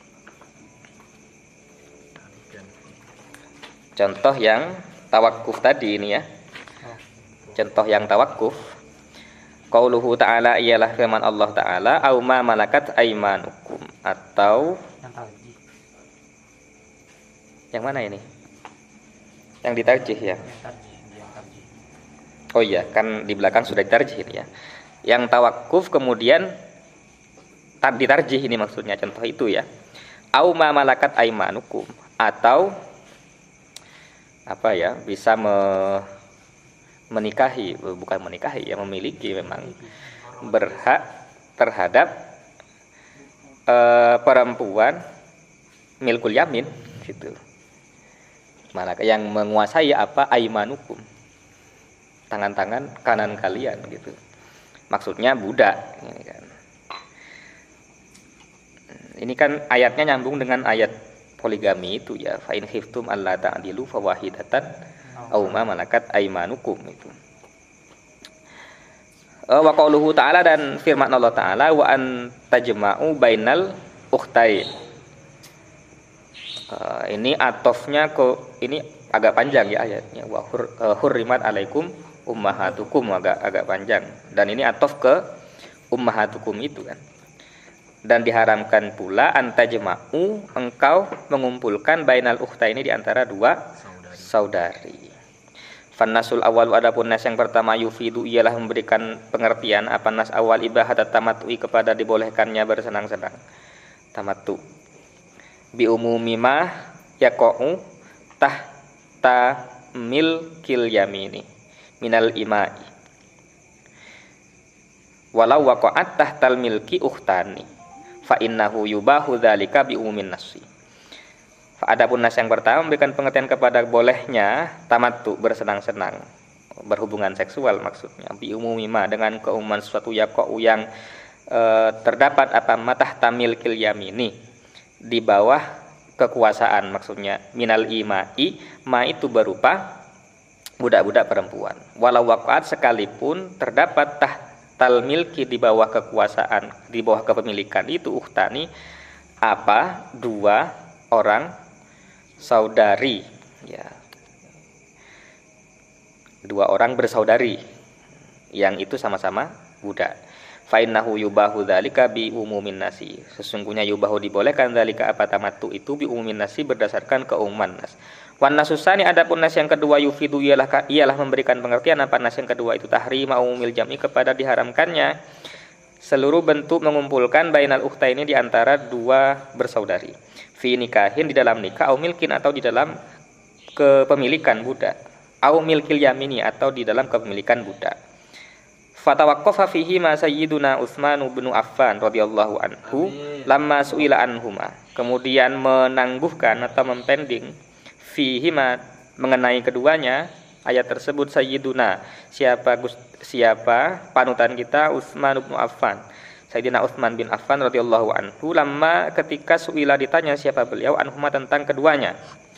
Contoh yang tawakuf tadi ini ya. Contoh yang tawakuf. Qauluhu ta'ala ialah firman Allah Ta'ala au ma malakat aimanukum, atau yang mana ini? Yang ditarjih ya. Oh iya, kan di belakang sudah ditarjih ya. Yang tawakuf kemudian ditarjih ini maksudnya contoh itu ya. Au ma malakat aimanukum, atau bisa memiliki memang berhak terhadap perempuan milkul yamin gitu. Yang menguasai aimanukum, tangan-tangan kanan kalian gitu. Maksudnya budak ini kan. Ini kan ayatnya nyambung dengan ayat poligami itu ya, fa in khiftum alla ta'dilu fawahidatan aw ma malakat aimanukum itu. Wa qauluhu ta'ala, dan firman Allah Ta'ala wa an tajma'u bainal ukhtain. Ini atofnya ini agak panjang ya ayatnya, wa hurrimat alaikum ummahatukum, agak panjang, dan ini atof ke ummahatukum itu kan. Dan diharamkan pula antajma'u, engkau mengumpulkan bainal ukhtaini di antara dua saudari. Fannasul awal, adapun nas yang pertama yufidu ialah memberikan pengertian nas awal ibahat tamattu'i kepada dibolehkannya bersenang-senang tamattu bi umumi ma yaqa'u tahta milkil yamini minal imai walau waqa'at tahtal milki ukhtani fa innahu yubahu dzalika bi umumin nasi. Adapun nas yang pertama memberikan pengertian kepada bolehnya tamattu bersenang-senang, berhubungan seksual maksudnya, bi umumi ma dengan keumuman suatu yaqa'u yang terdapat matah tamil kil yamini di bawah kekuasaan, maksudnya minal imai, ma itu berupa budak-budak perempuan. Walau waqa'at, sekalipun terdapat tahtal milki di bawah kekuasaan, di bawah kepemilikan itu ukhtani dua orang saudari ya, dua orang bersaudari yang itu sama-sama budak. Fa innahu yubahu dzalika bi umumin nasi, sesungguhnya yubahu dibolehkan dzalika tamattu itu bi umumin nasi berdasarkan keumuman nas. Wan nasusani adapun nas yang kedua yufidu ialah memberikan pengertian apa nas yang kedua itu tahrim umil jam'i kepada diharamkannya seluruh bentuk mengumpulkan bainal ukhtaini di antara dua bersaudari. Fi nikahin di dalam nikah au milkin atau di dalam kepemilikan budak. Au milkil yamini atau di dalam kepemilikan budak. Fatawaqqafa fihi ma sayyiduna Utsman bin Affan radhiyallahu anhu lamma su'ila anhuma. Kemudian menangguhkan atau mempending fihi ma mengenai keduanya ayat tersebut sayyiduna siapa panutan kita Utsman bin Affan. Sayyidina Utsman bin Affan radhiyallahu anhu lamma ketika su'ila ditanya siapa beliau anhuma tentang keduanya.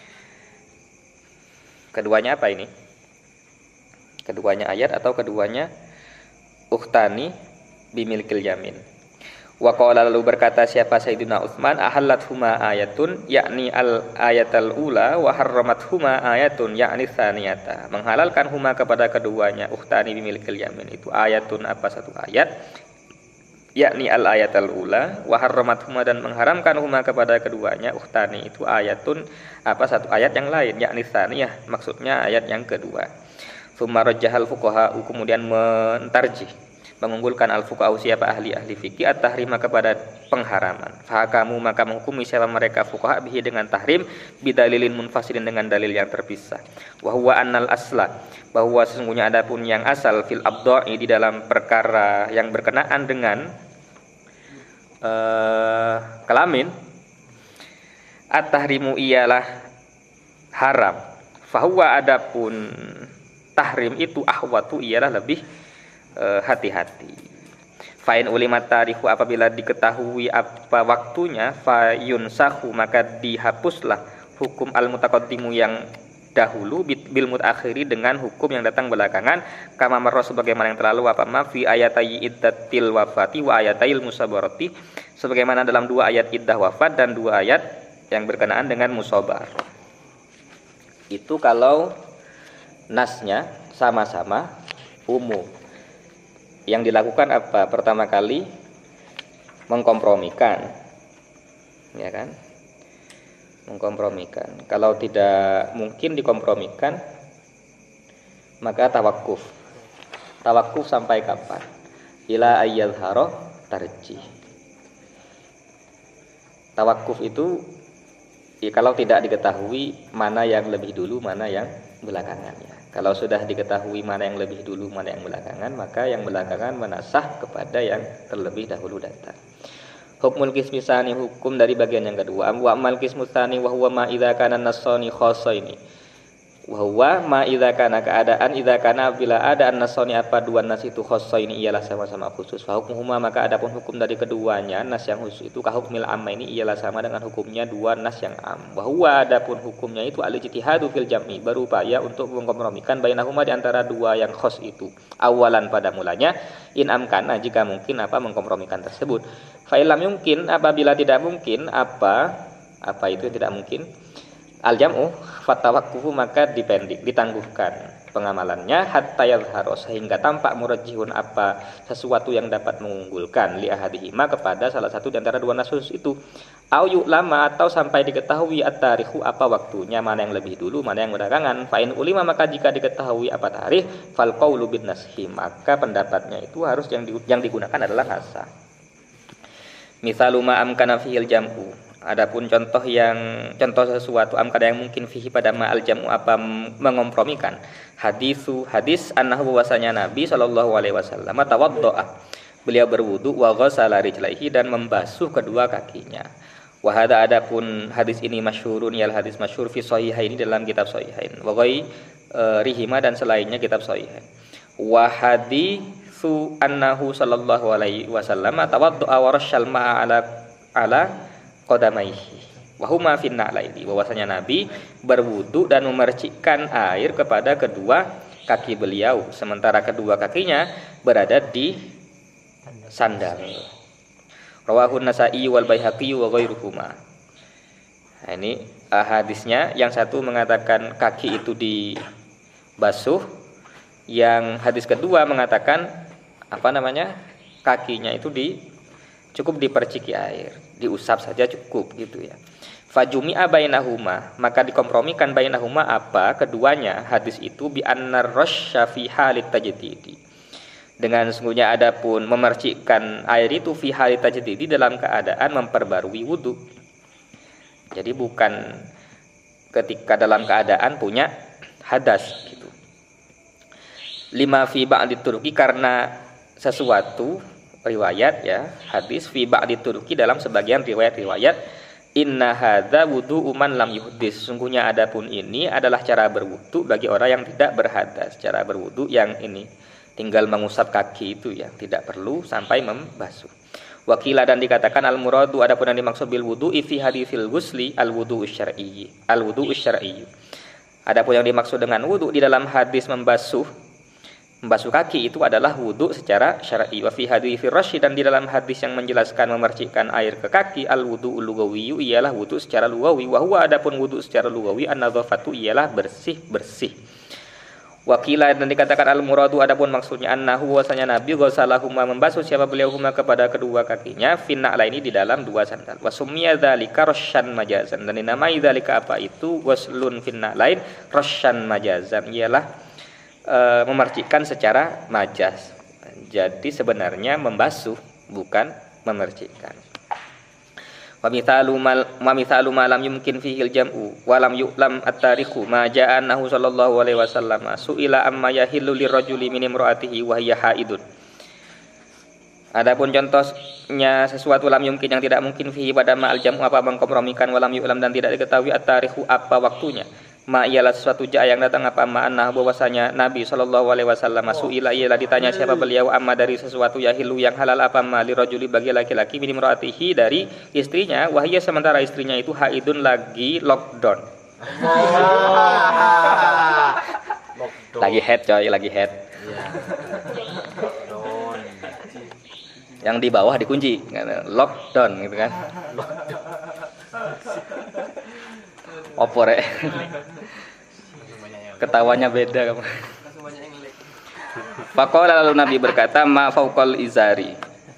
Keduanya apa ini? Keduanya ayat atau keduanya ukhtani bimilkil yamin. Wa qala lalu berkata siapa Sayyidina Utsman ahallathuma ayatun yakni al ayatal ula wa harramathuma ayatun yakni tsaniyata. Menghalalkan huma kepada keduanya ukhtani bimilkil yamin itu ayatun apa satu ayat yakni al ayatal ula wa harramathuma dan mengharamkan huma kepada keduanya ukhtani itu ayatun apa satu ayat yang lain yakni tsaniyah maksudnya ayat yang kedua. Tsumma rajjahal fuqaha kemudian mengunggulkan al-fuqaha siapa ahli fikih at-tahrima kepada pengharaman. Fahakamu maka menghukumi siapa mereka fuqaha bihi dengan tahrim bidalilin munfasilin dengan dalil yang terpisah. Wa huwa annal asla bahwa sesungguhnya adapun yang asal fil abda'i di dalam perkara yang berkenaan dengan kelamin at-tahrimu ialah haram. Fahuwa adapun tahrim itu ahwatu ialah lebih hati-hati. Fa'in ulimat tarihu apabila diketahui apa waktunya fayunsahu maka dihapuslah hukum al-mutaqaddimu yang dahulu bil mutaakhiri dengan hukum yang datang belakangan kama marra sebagaimana yang terlalu apa ma fi ayatai iddatil wafati wa ayatail musabarati sebagaimana dalam dua ayat iddah wafat dan dua ayat yang berkenaan dengan musabar. Itu kalau nasnya sama-sama umum. Yang dilakukan apa? Pertama kali mengkompromikan. Ya kan? Mengkompromikan. Kalau tidak mungkin dikompromikan, maka tawakuf. Tawakuf sampai kapan? Ila ayyadhara tarjih. Tawakuf itu kalau tidak diketahui mana yang lebih dulu, mana yang belakangannya. Kalau sudah diketahui mana yang lebih dulu, mana yang belakangan, maka yang belakangan menasah kepada yang terlebih dahulu datang. Hukmul qismi tsani hukum dari bagian yang kedua. Wa amal qismu tsani wa huwa ma idza kana nasani khassaini. Wa huwa ma idza kana keadaan idza kana bila ada an-nasani apa dua nas itu khassaini ialah sama-sama khusus. Fa hukmuhuma maka adapun hukum dari keduanya nas yang khusus itu ka hukmil amaini ialah sama dengan hukumnya dua nas yang am. Wa huwa adapun hukumnya itu al-ijtihadu fil jam'i berupaya untuk mengkompromikan bainahuma di antara dua yang khas itu. Awalan pada mulanya in amkana jika mungkin apa mengkompromikan tersebut. Fa illam yumkin apabila tidak mungkin apa itu yang tidak mungkin al-jam'u fatawakkufu maka ditangguhkan pengamalannya hatta yadhhara sehingga tampak murajjihun apa sesuatu yang dapat mengunggulkan li ahadihima kepada salah satu di antara dua nasus itu au yu'lama atau sampai diketahui at-tarikhu apa waktunya mana yang lebih dulu mana yang belakangan fa in ulima maka jika diketahui apa tarikh fal qaulu bin nashi maka pendapatnya itu harus yang digunakan adalah nasa. Misalu ma amkana fihil jam'u. Adapun contoh sesuatu amkana yang mungkin fihi pada ma'al jam'u apa mengompromikan. Hadis annahu bahwasanya Nabi sallallahu alaihi wasallam tawaddoa. Beliau berwudu wa ghassala rijlaihi dan membasuh kedua kakinya. Wa hadza adapun hadis ini masyhurun ialah hadis masyhur fi sahihaini dalam kitab sahihain. Wa rihima dan selainnya kitab sahihain. Wa haditsu annahu sallallahu alaihi wasallam tawaddoa wa rasyal ma'a ala qadamaihi wa huma fin na'laini bahwasanya Nabi berwudu dan memercikkan air kepada kedua kaki beliau sementara kedua kakinya berada di sandal. Rawahu Nasa'i wal Baihaqi wa ghairuhuma. Nah, ini hadisnya yang satu mengatakan kaki itu dibasuh, yang hadis kedua mengatakan kakinya itu cukup diperciki air, diusap saja cukup gitu ya. Fajumi'a bainahuma, maka dikompromikan bainahuma apa keduanya hadis itu bi annar rasya fi halit tajdidi. Dengan sungguhnya adapun memercikkan air itu fi halit tajdidi dalam keadaan memperbarui wudu. Jadi bukan ketika dalam keadaan punya hadas gitu. Lima fi ba'di turki, karena sesuatu riwayat ya hadis fi ba'di turki dalam sebagian riwayat inna hadza wudu'u man lam yuhdis, sungguhnya adapun ini adalah cara berwudu bagi orang yang tidak berhadas. Cara berwudu yang ini tinggal mengusap kaki itu ya, tidak perlu sampai membasuh. Wakila, dan dikatakan al muradu, adapun yang dimaksud bil wudu'i fi haditsil ghusli al wudu'u syar'i. Al wudu'u syar'i. Adapun yang dimaksud dengan wudu di dalam hadis membasuh kaki itu adalah wudu secara syar'i. Wa fi haditsi rasy, dan di dalam hadis yang menjelaskan memercikkan air ke kaki al wudu lugawi ialah wudu secara lugawi. Wa huwa, adapun wudu secara lugawi an-nadzafatu ialah bersih-bersih. Wakila, dan dikatakan al muradu, adapun maksudnya annahu, wasanya Nabi ghasalahuma, membasuh siapa beliau huma kepada kedua kakinya, finna ini di dalam dua sandal. Wa summiya dzalika rasyan majazan, dan dinamai dzalika apa itu ghuslun finna lain rasyan majazan, ialah memercikkan secara majaz. Jadi sebenarnya membasuh bukan memercikkan. Wa mithalu ma lam yumkin fihi al-jam'u wa lam yu'lam at-tarikhu ma ja'a annahu sallallahu alaihi wasallam su'ila amma yahillu lirrajuli min imra'atihi wa hiya haidun. Adapun contohnya sesuatu lam yumkin yang tidak mungkin fihi pada ma al-jam'u apa mengkompromikan, wa lam yu'lam dan tidak diketahui at-tarikhu apa waktunya. Ma ialah sesuatu jaa yang datang apa ma'anah bahwasanya Nabi sallallahu alaihi wasallam suila ialah ditanya siapa beliau amma dari sesuatu yahilu yang halal apa ma lirajuli bagi laki-laki min imraatihi dari istrinya, wahia sementara istrinya itu haidun lagi lockdown. Lagi head coy, lagi head. Yang di bawah dikunci, lockdown gitu kan. Opor ya. Ketawanya beda kamu. Faqala, lalu Nabi berkata ma fauqal izari.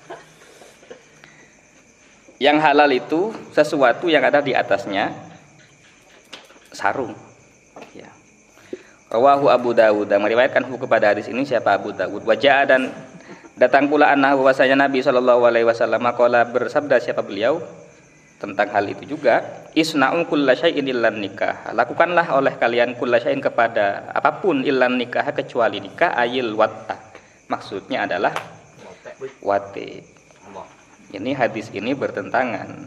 Yang halal itu sesuatu yang ada di atasnya sarung. Ya. Rawahu Abu Dawud, dan meriwayatkan kepada hadis ini siapa Abu Dawud. Wajah, dan datang pula annahu bahwasanya Nabi sallallahu alaihi wasallam qala bersabda siapa beliau tentang hal itu juga, isna'u kulla syai'in illan nikah, lakukanlah oleh kalian kulla syai'in kepada apapun illan nikah kecuali nikah, ayil watta, maksudnya adalah wate. Ini hadis ini bertentangan.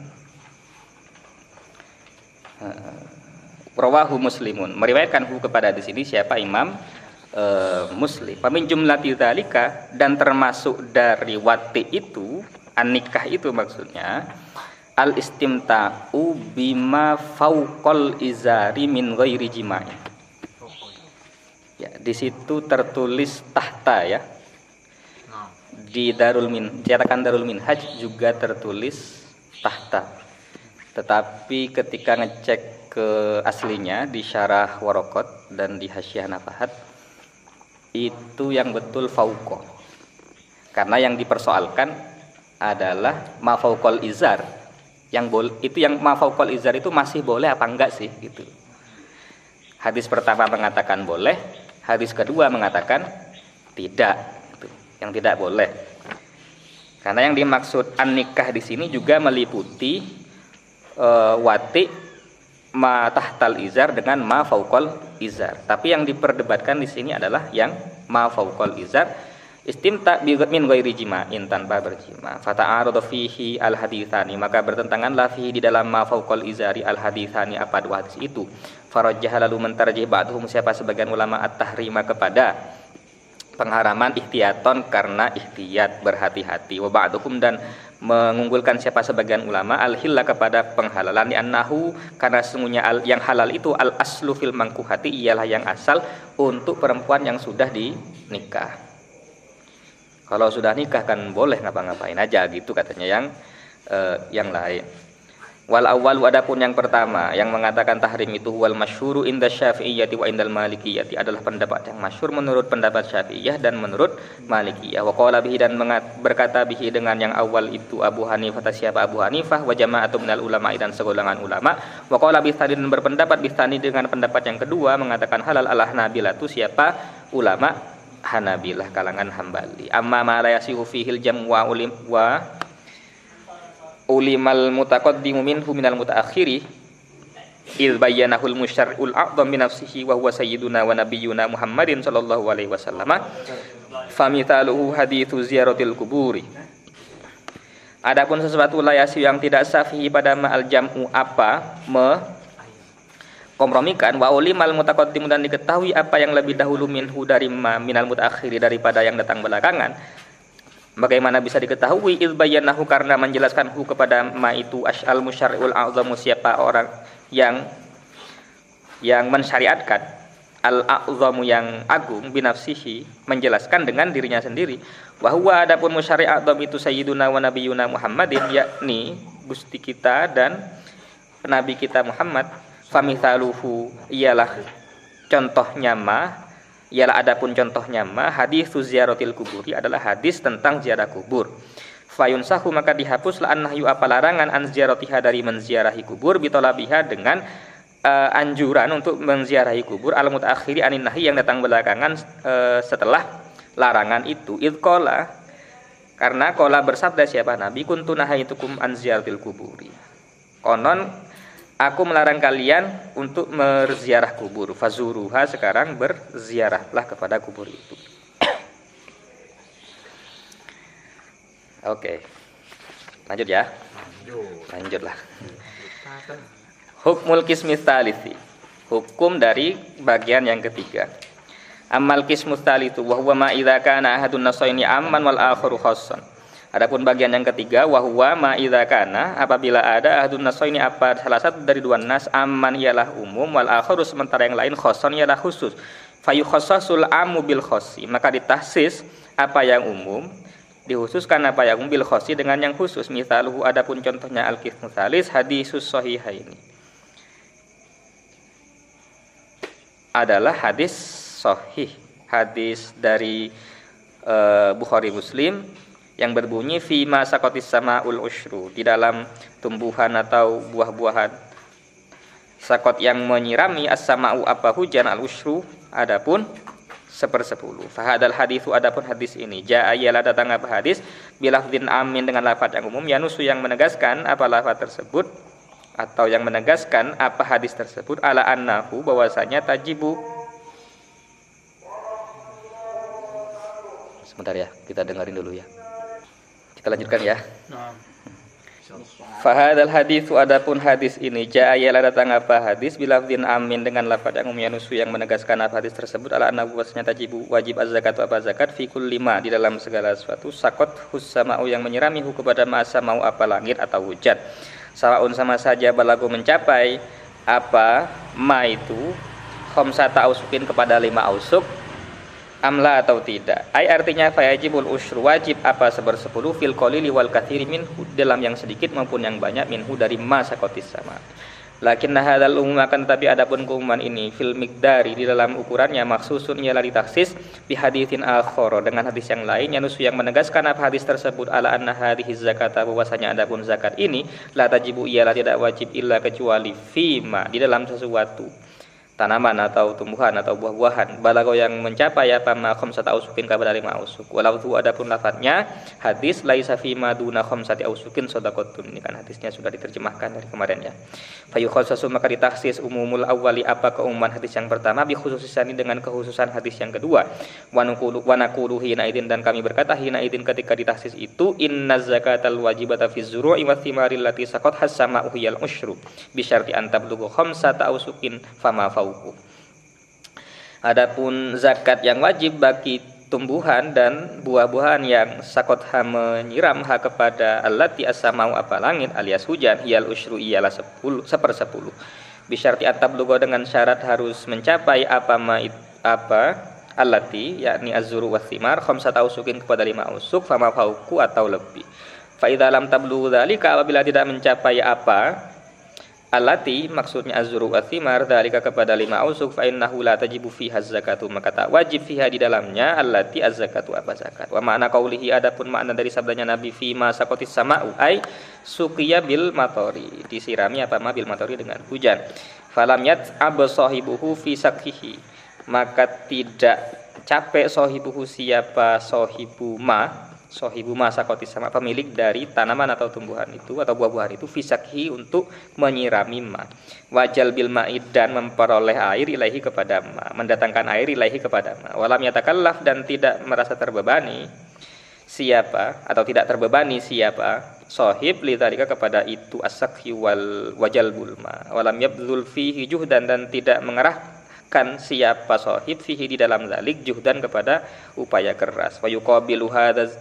Rawahu Muslimun, meriwayatkan kepada hadis ini siapa Imam Muslim. Pamin jumlati dzalika, dan termasuk dari wate itu, an-nikah itu maksudnya al istimta'u bima fauqal izari min ghairi jima'in. Ya, di situ tertulis tahta ya. Di cetakan Darul Minhaj juga tertulis tahta. Tetapi ketika ngecek ke aslinya di Syarah Waraqat dan di Hasyiah Nafahat, itu yang betul fauqa. Karena yang dipersoalkan adalah ma fauqal izar. Itu yang ma fauqal izar itu masih boleh apa enggak sih gitu. Hadis pertama mengatakan boleh, hadis kedua mengatakan tidak, gitu. Yang tidak boleh. Karena yang dimaksud an-nikah di sini juga meliputi wati ma tahtal izar dengan ma fauqal izar. Tapi yang diperdebatkan di sini adalah yang ma fauqal izar, istimta min ghairi jima'in, tanpa berjima. Fata'aradu fihi al-haditsani, maka bertentanganlah fihi di dalam ma fauqal izari al-haditsani apa dua hadis itu. Farajjah, lalu mentarjih ba'dhum siapa sebagian ulama at-tahrima kepada pengharaman ihtiyaton karena ihtiyat berhati-hati, wa ba'dhum dan mengunggulkan siapa sebagian ulama al-hilla kepada penghalalan, annahu karena sesungguhnya yang halal itu al-aslu fil mangkuhati ialah yang asal untuk perempuan yang sudah dinikah. Kalau sudah nikah kan boleh ngapa-ngapain aja gitu katanya yang lain. Wal awwalu adapun yang pertama yang mengatakan tahrim itu wal masyhuru inda Syafi'iyyati wa indal Malikiyyati adalah pendapat yang masyhur menurut pendapat Syafi'iyah dan menurut Malikiyah. Wa qala bihi dan berkata bihi dengan yang awal itu Abu Hanifah siapa Abu Hanifah wa jama'atu minal ulama dan segolongan ulama. Wa qala bitsani dan berpendapat bitsani dengan pendapat yang kedua mengatakan halal al-Hanabilatu siapa ulama Hanabilah kalangan Hambali. Amma ma la yasihu fihil jam wa ulimal mutaqaddimu minhu minal mutaakhiri il bayyanahul musyarri'ul a'dham bi nafsihi wa huwa sayyiduna wa nabiyyuna Muhammadin sallallahu alaihi wasallam famithaluhu haditsu ziyaratil kuburi. Adapun sesuatu layasi yang tidak sahih pada ma'al jam'u apa kompromikan wa ulimal mutaqaddimu dan diketahui apa yang lebih dahulu minhu dari minal mutaakhiri daripada yang datang belakangan. Bagaimana bisa diketahui izbayanahu karena menjelaskan hu kepada ma itu asy'al musyarri'ul a'zamu siapa orang yang mensyariatkan al-a'zamu yang agung binafsihi menjelaskan dengan dirinya sendiri wa huwa adapun musyarri' a'zam itu sayyiduna wa nabiyyuna Muhammadin yakni gusti kita dan nabi kita Muhammad famithaluhu ialah contohnya adapun contohnya hadis ziyaratil kuburi adalah hadis tentang ziarah kubur. Fayunsahu maka dihapuslah an-nahyu apa larangan an ziyaratiha dari menziarahi kubur bitolabiha dengan anjuran untuk menziarahi kubur al-mutaakhiri anin nahi yang datang belakangan setelah larangan itu. Idqala karena qala bersabda siapa Nabi kuntu nahaitukum an ziyaratil kuburi. Konon aku melarang kalian untuk berziarah kubur. Fazuruha sekarang berziarahlah kepada kubur itu. Oke. Lanjut ya. Lanjutlah. Hukmul qismis tsalits. Hukum dari bagian yang ketiga. Amal qismus tsalits wa huwa ma idza kana ahadun nasaini amman wal akharu khassan. Adapun bagian yang ketiga wahwa ma idza kana apabila ada ahadun nasaini apa salah satu dari dua nas amman ialah umum wal akharu sementara yang lain khassan ialah khusus fayukhassasul amu bil khassi maka ditahsis apa yang umum dikhususkan apa yang umum bil khassi dengan yang khusus. Misaluhu adapun contohnya al-qismus tsalis hadisus sahihaini adalah hadis sahih hadis dari Bukhari Muslim yang berbunyi fi ma saqatis samaul usyru di dalam tumbuhan atau buah-buahan sakot yang menyirami as-sama'u apa hujan al-usyru adapun 1/10. Fahadal haditsu adapun hadis ini jaa ialah datang apa hadis bilafdzin amin dengan lafaz yang umum yanusu yang menegaskan apa lafaz tersebut atau yang menegaskan apa hadis tersebut ala annahu bahwasanya tajibu. Sebentar ya kita dengerin dulu ya. Kita lanjutkan ya. Fahadal haditsu adapun hadis ini jaa ialah datang apa hadis bilafdzin amin dengan lafaz yang umum yanusu yang menegaskan apa hadis tersebut ala annahu wasnya tajibu wajib az-zakatu apa zakat fi kulli ma di dalam segala sesuatu sakot hussama'u yang menyirami hu kepada masa mau apa langit atau hujan. Sawaun sama saja balagu mencapai apa ma itu khamsata ausukin kepada 5 ausuk amla atau tidak. Ai artinya fayajibul usyru wajib apa 1/10 fil qalili wal katsiri minhu dalam yang sedikit maupun yang banyak minhu dari masa kotis sama. Lakinna hadzal umum akan tetapi adapun keumuman ini fil miqdari di dalam ukurannya maksusun ialah ditaksis bi haditsin akhar dengan hadis yang lain yanusu yang menegaskan apa hadis tersebut ala anna hadhihi zakata bahwasanya adapun zakat ini la tajibu ialah tidak wajib illa kecuali fima di dalam sesuatu tanaman atau tumbuhan atau buah-buahan balago yang mencapai apa ma khamsata ausukin kepada 5 ausuk. Walau tu adapun lafadznya hadis laisa fi maduna khamsati ausukin shadaqatun. Ini kan hadisnya sudah diterjemahkan dari kemarin ya. Fa yukhassasu maka ditaksis umumul awwali apa keumuman hadis yang pertama bi khususisani dengan kekhususan hadis yang kedua. Wa naqulu hina idin dan kami berkata hina idin ketika ditaksis itu inna zakatal wajibata fi zuru'i wa thimari allati saqat hasama'u hiyal usyru bi syarti an tablughu khamsata ausukin fama Adapun zakat yang wajib bagi tumbuhan dan buah-buahan yang sakotha menyiram kepada allati as-sama'u apa langit alias hujan hiyal usyru ialah 1/10 bisyarti atablugo dengan syarat harus mencapai apa allati yakni az-zuru wa thimar khamsata ausukin kepada 5 ausuk fama fauku atau lebih. Fa idza lam tablughu dzalika apabila tidak mencapai apa Allati maksudnya az-zuru wathimar dzalika kepada 5 ausuk fa innahu la tajibu fiha zakatu maka tak wajib fiha di dalamnya allati az-zakatu apa zakat. Wa ma'na qaulihi adapun makna dari sabdanya Nabi fi ma saqatis sama'u ai suqiya bil matori disirami apa ma bil matori dengan hujan. Falam yat'ab sahibuhu fi sakhihi maka tidak capek sahibuhu siapa sahibu ma sakotis sama pemilik dari tanaman atau tumbuhan itu atau buah-buahan itu fisakhi untuk menyirami ma wajal bil ma'id dan memperoleh air ilahi kepada ma mendatangkan air ilahi kepada ma walam yatakallaf dan tidak merasa terbebani siapa atau tidak terbebani siapa sahib lidzalika kepada itu as-sakhi wal wajal bulma walam yabdzul fihi juhdan dan tidak mengerahkan siapa sahib fihi di dalam zalik juhdan kepada upaya keras wa yuqabilu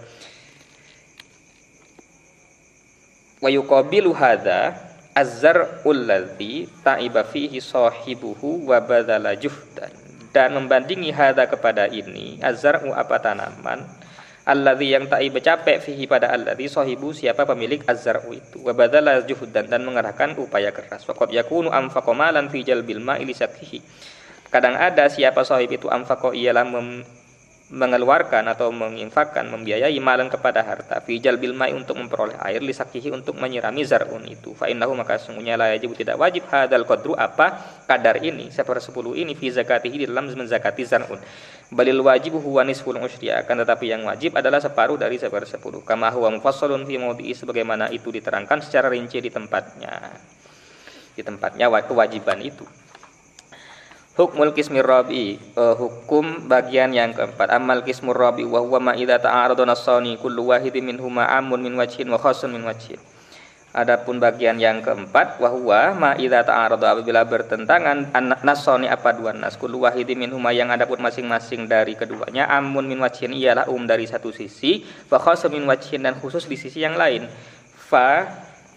hadza az-zar'ul ladzi ta'iba fihi sahibuhu wa badzala juhdan dan membandingi hadza kepada ini az-zar'u apa tanaman alladzi yang ta'iba capek fihi pada alladzi sahibu siapa pemilik az-zar'u itu wa badzala juhdan dan mengerahkan upaya keras wa qad yakunu anfaqa malan fi jalbil ma'i li sakhihi kadang ada siapa sahib itu anfaqa ialah mengeluarkan atau menginfakkan membiayai malan kepada harta fi jalbil mai untuk memperoleh air li sakihi untuk menyirami zar'un itu fa innahu maka sungguhnya la yajib tidak wajib hadzal qadru apa kadar ini 1/10 ini fi zakatihi di dalam menzakati zar'un balil wajibu huwa nisful usyri akan tetapi yang wajib adalah separuh dari 1/10 kama huwa mufassalun fi maudhi'i sebagaimana itu diterangkan secara rinci di tempatnya kewajiban itu. Hukmul qismir rabi hukum bagian yang keempat amal qismur rabi wa huwa ma idza ta'arada nasani kullu wahidin minhuma amun min wajhin wa khassun min wajhin. Adapun bagian yang keempat wa huwa ma idza ta'arada apabila bertentangan nasani apa dua nas kullu wahidin minhuma yang adapun masing-masing dari keduanya amun min wajhin ialah dari satu sisi wa khassun min wajhin dan khusus di sisi yang lain fa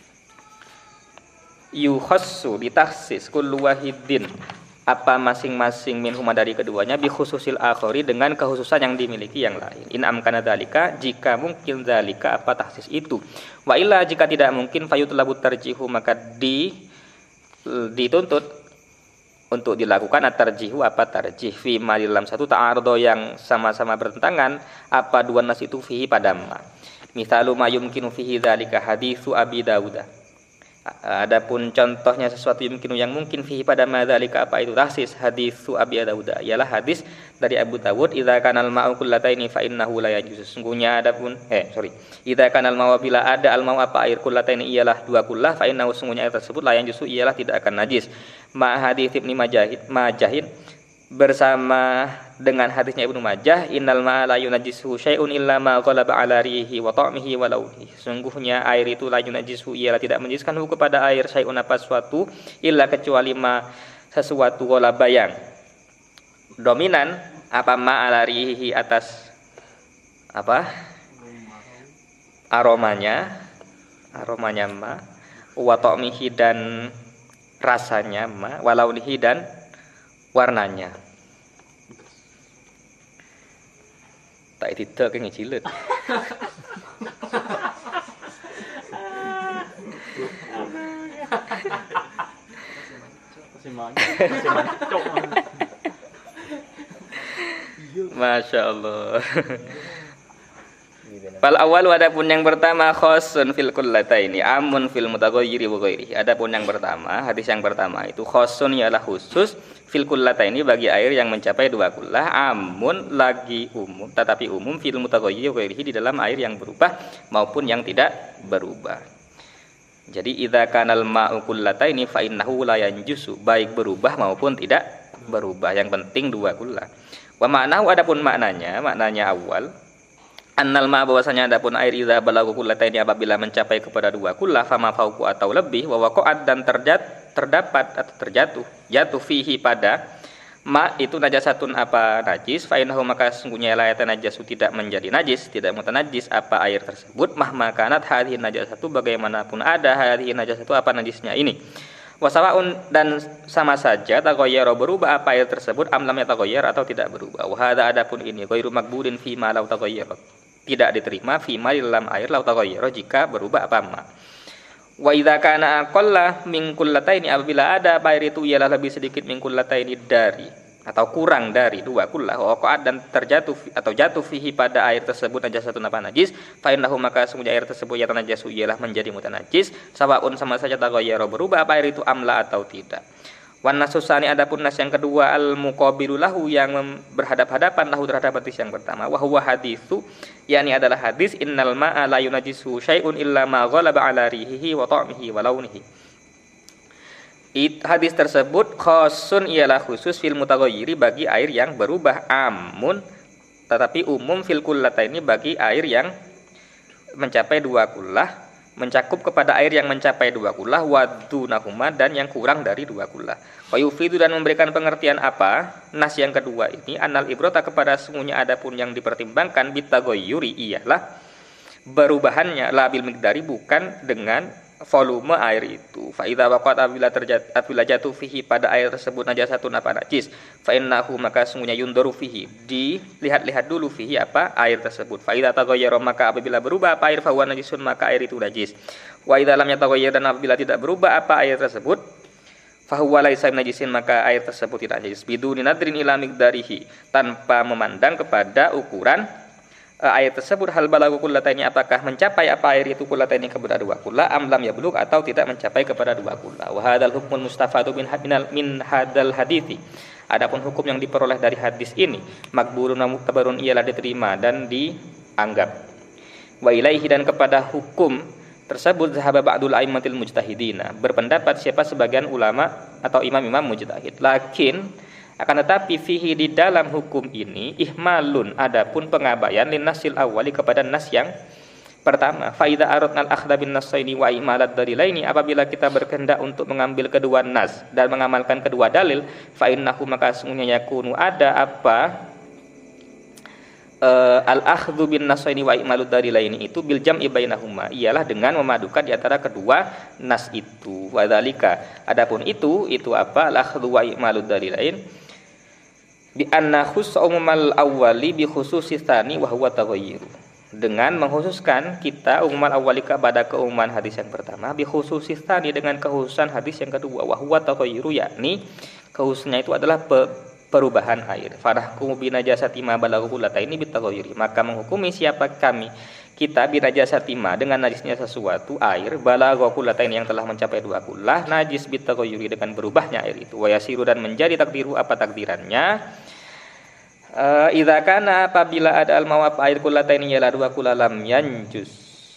yukhassu ditakhsis kullu wahidin apa masing-masing minhuma dari keduanya bi khususil akhari dengan kekhususan yang dimiliki yang lain in amkana dzalika jika mungkin dzalika apa tahsis itu wa illa jika tidak mungkin fayutlabu tarjihu maka dituntut untuk dilakukan at-tarjihu apa tarjih fi ma dalam satu ta'arud yang sama-sama bertentangan apa dua nas itu fihi pada ma misalu ma yumkinu fihi dzalika haditsu Abi Dawud. Adapun contohnya sesuatu yang mungkin fihi pada madzalika apa itu tahsis haditsu Abi Dawud ialah hadis dari Abu Dawud idza kanal ma'u kullataini fa innahu la yajuz sungguhnya adapun idza kanal ma'u bila ada al ma'u apa air kullataini ialah dua kullah fa innahu sungguhnya air tersebut la yajuz ialah tidak akan najis ma hadits Ibnu Majah bersama dengan hadisnya Ibnu Majah innal ma'a la yunajjisuhu syai'un illa ma ghalaba 'ala rihi wa ta'mihi wa launihi sungguhnya air itu la yunajjisuhu ialah tidak menjiskan kepada air syai'un apa sesuatu illa kecuali ma sesuatu ghalaba yang dominan apa ma 'ala rihi atas apa aromanya ma wa ta'mihi dan rasanya ma wa launihi dan warnanya tak tidak kayak ngecilet Masya Allah. Fal awal adapun yang pertama khosun fil kullataini amun fil mutaghayyiri wa ghairihi. Adapun yang pertama, hadis yang pertama itu khosun ialah khusus fil kullataini bagi air yang mencapai 2 kullah, amun lagi umum tetapi umum fil mutaghayyiri wa ghairihi di dalam air yang berubah maupun yang tidak berubah. Jadi idza kanal ma'u kullataini fa innahu la yanjusu, baik berubah maupun tidak berubah, yang penting 2 kullah. Wa ma'nahu adapun maknanya awal annal ma bahwasanya adapun air idza balagu kullataini apabila mencapai kepada 2 kullah fama fauqu atau lebih wa waqa'at dan terdapat atau jatuh fihi pada ma itu najasatun apa najis fa innahu maka sesungguhnya la yatanajasu tidak menjadi najis, tidak mutanajis apa air tersebut mahma kanat hadhihi najasatu bagaimanapun ada hadhihi najasatu apa najisnya ini. Wasawaun dan sama saja taghayyara berubah apa air tersebut am lam yataghayyar atau tidak berubah. Wa hadza adapun ini ghairu maqbulin fi ma law taghayyara, tidak diterima fi ma dalam air law taghayyara jika berubah apa ma. Wa idza kana aqalla min kullataini, apabila ada apa air itu ialah lebih sedikit min kullataini dari atau kurang dari 2 kullah, waqa'at dan terjatuh atau jatuh fihi pada air tersebut najasatun apa najis, fa innahu maka sungguhnya air tersebut ya najasu ialah menjadi mutanajis, sawaun sama saja taghayyara berubah apa air itu amla atau tidak. Wan nasusani, adapun nas yang kedua al muqabilu lahu yang berhadap-hadapan lahu terhadap hadis yang pertama, wa huwa haditsu yakni adalah hadis innal ma'a la yunajisu syai'un illa ma ghalaba ala rihihi wa ta'mihi wa launihi. Hadis tersebut khosun ialah khusus fil mutaghayyiri bagi air yang berubah, amun tetapi umum fil kullataini bagi air yang mencapai 2 kullah, mencakup kepada air yang mencapai 2 kullah wadunahuma dan yang kurang dari 2 kullah. Wa yufidu dan memberikan pengertian apa nas yang kedua ini, annal ibrata kepada sungguhnya adapun yang dipertimbangkan bitaghayyuri ialah berubahannya la bil miqdari bukan dengan volume air itu. Fa idza waqat apabila jatuh fihi pada air tersebut najasatun apa najis, fa innahu maka sungguhnya yundaru fihi dilihat-lihat dulu fihi apa air tersebut. Fa idza taghayyara maka apabila berubah apa air fa huwa najisun maka air itu najis. Wa idza lam yataghayyar dan apabila tidak berubah apa air tersebut fa huwa laisa najisin maka air tersebut tidak najis. Biduni nadrin ila miqdarihi tanpa memandang kepada ukuran air tersebut, hal balagu kullataini apakah mencapai apa air itu kullataini kepada 2 kullah am lam yablugh atau tidak mencapai kepada 2 kullah. Wa hadzal hukmul mustafadu min hadzal hadithi, adapun hukum yang diperoleh dari hadis ini makburun wa muktabarun ialah diterima dan dianggap. Wa ilaihi dan kepada hukum tersebut zahaba ba'dul aimmatil mujtahidina, berpendapat siapa sebagian ulama atau imam-imam mujtahid. Lakin akan tetapi fihi di dalam hukum ini ihmalun, adapun pengabaian linasil awali kepada nas yang pertama. Fa idza aradna al-akhdha bin nasaini wa imalat dalilaini, apabila kita berkehendak untuk mengambil kedua nas dan mengamalkan kedua dalil, fa innahu maka sungguhnya yakunu ada apa al-akhdhu bin nasaini wa imalud dalilaini itu bil jam'i bainahuma, ialah dengan memadukan di antara kedua nas itu. Wa dzalika, adapun itu apa al-akhdhu wa imalud dalilain bi anna khussa umumal awwali bi khususi tsani wa huwa taghayyur, dengan mengkhususkan kita umumal awwali kepada keumuman hadis yang pertama, bi khususi tsani dengan kekhususan hadis yang kedua, wa huwa taghayyur yakni kekhususnya itu adalah perubahan air. Farahkum bi najasati ma balaghu kullataini bi taghayyuri, maka menghukumi siapa kita bi najasati ma dengan najisnya sesuatu air balaghu kullataini yang telah mencapai 2 kullah najis bi taghayyuri dengan berubahnya air itu. Wa yasiru dan menjadi takdiru apa takdirannya idza kana apabila ada al-mawab air kullataini ialah 2 kullah lam yanjus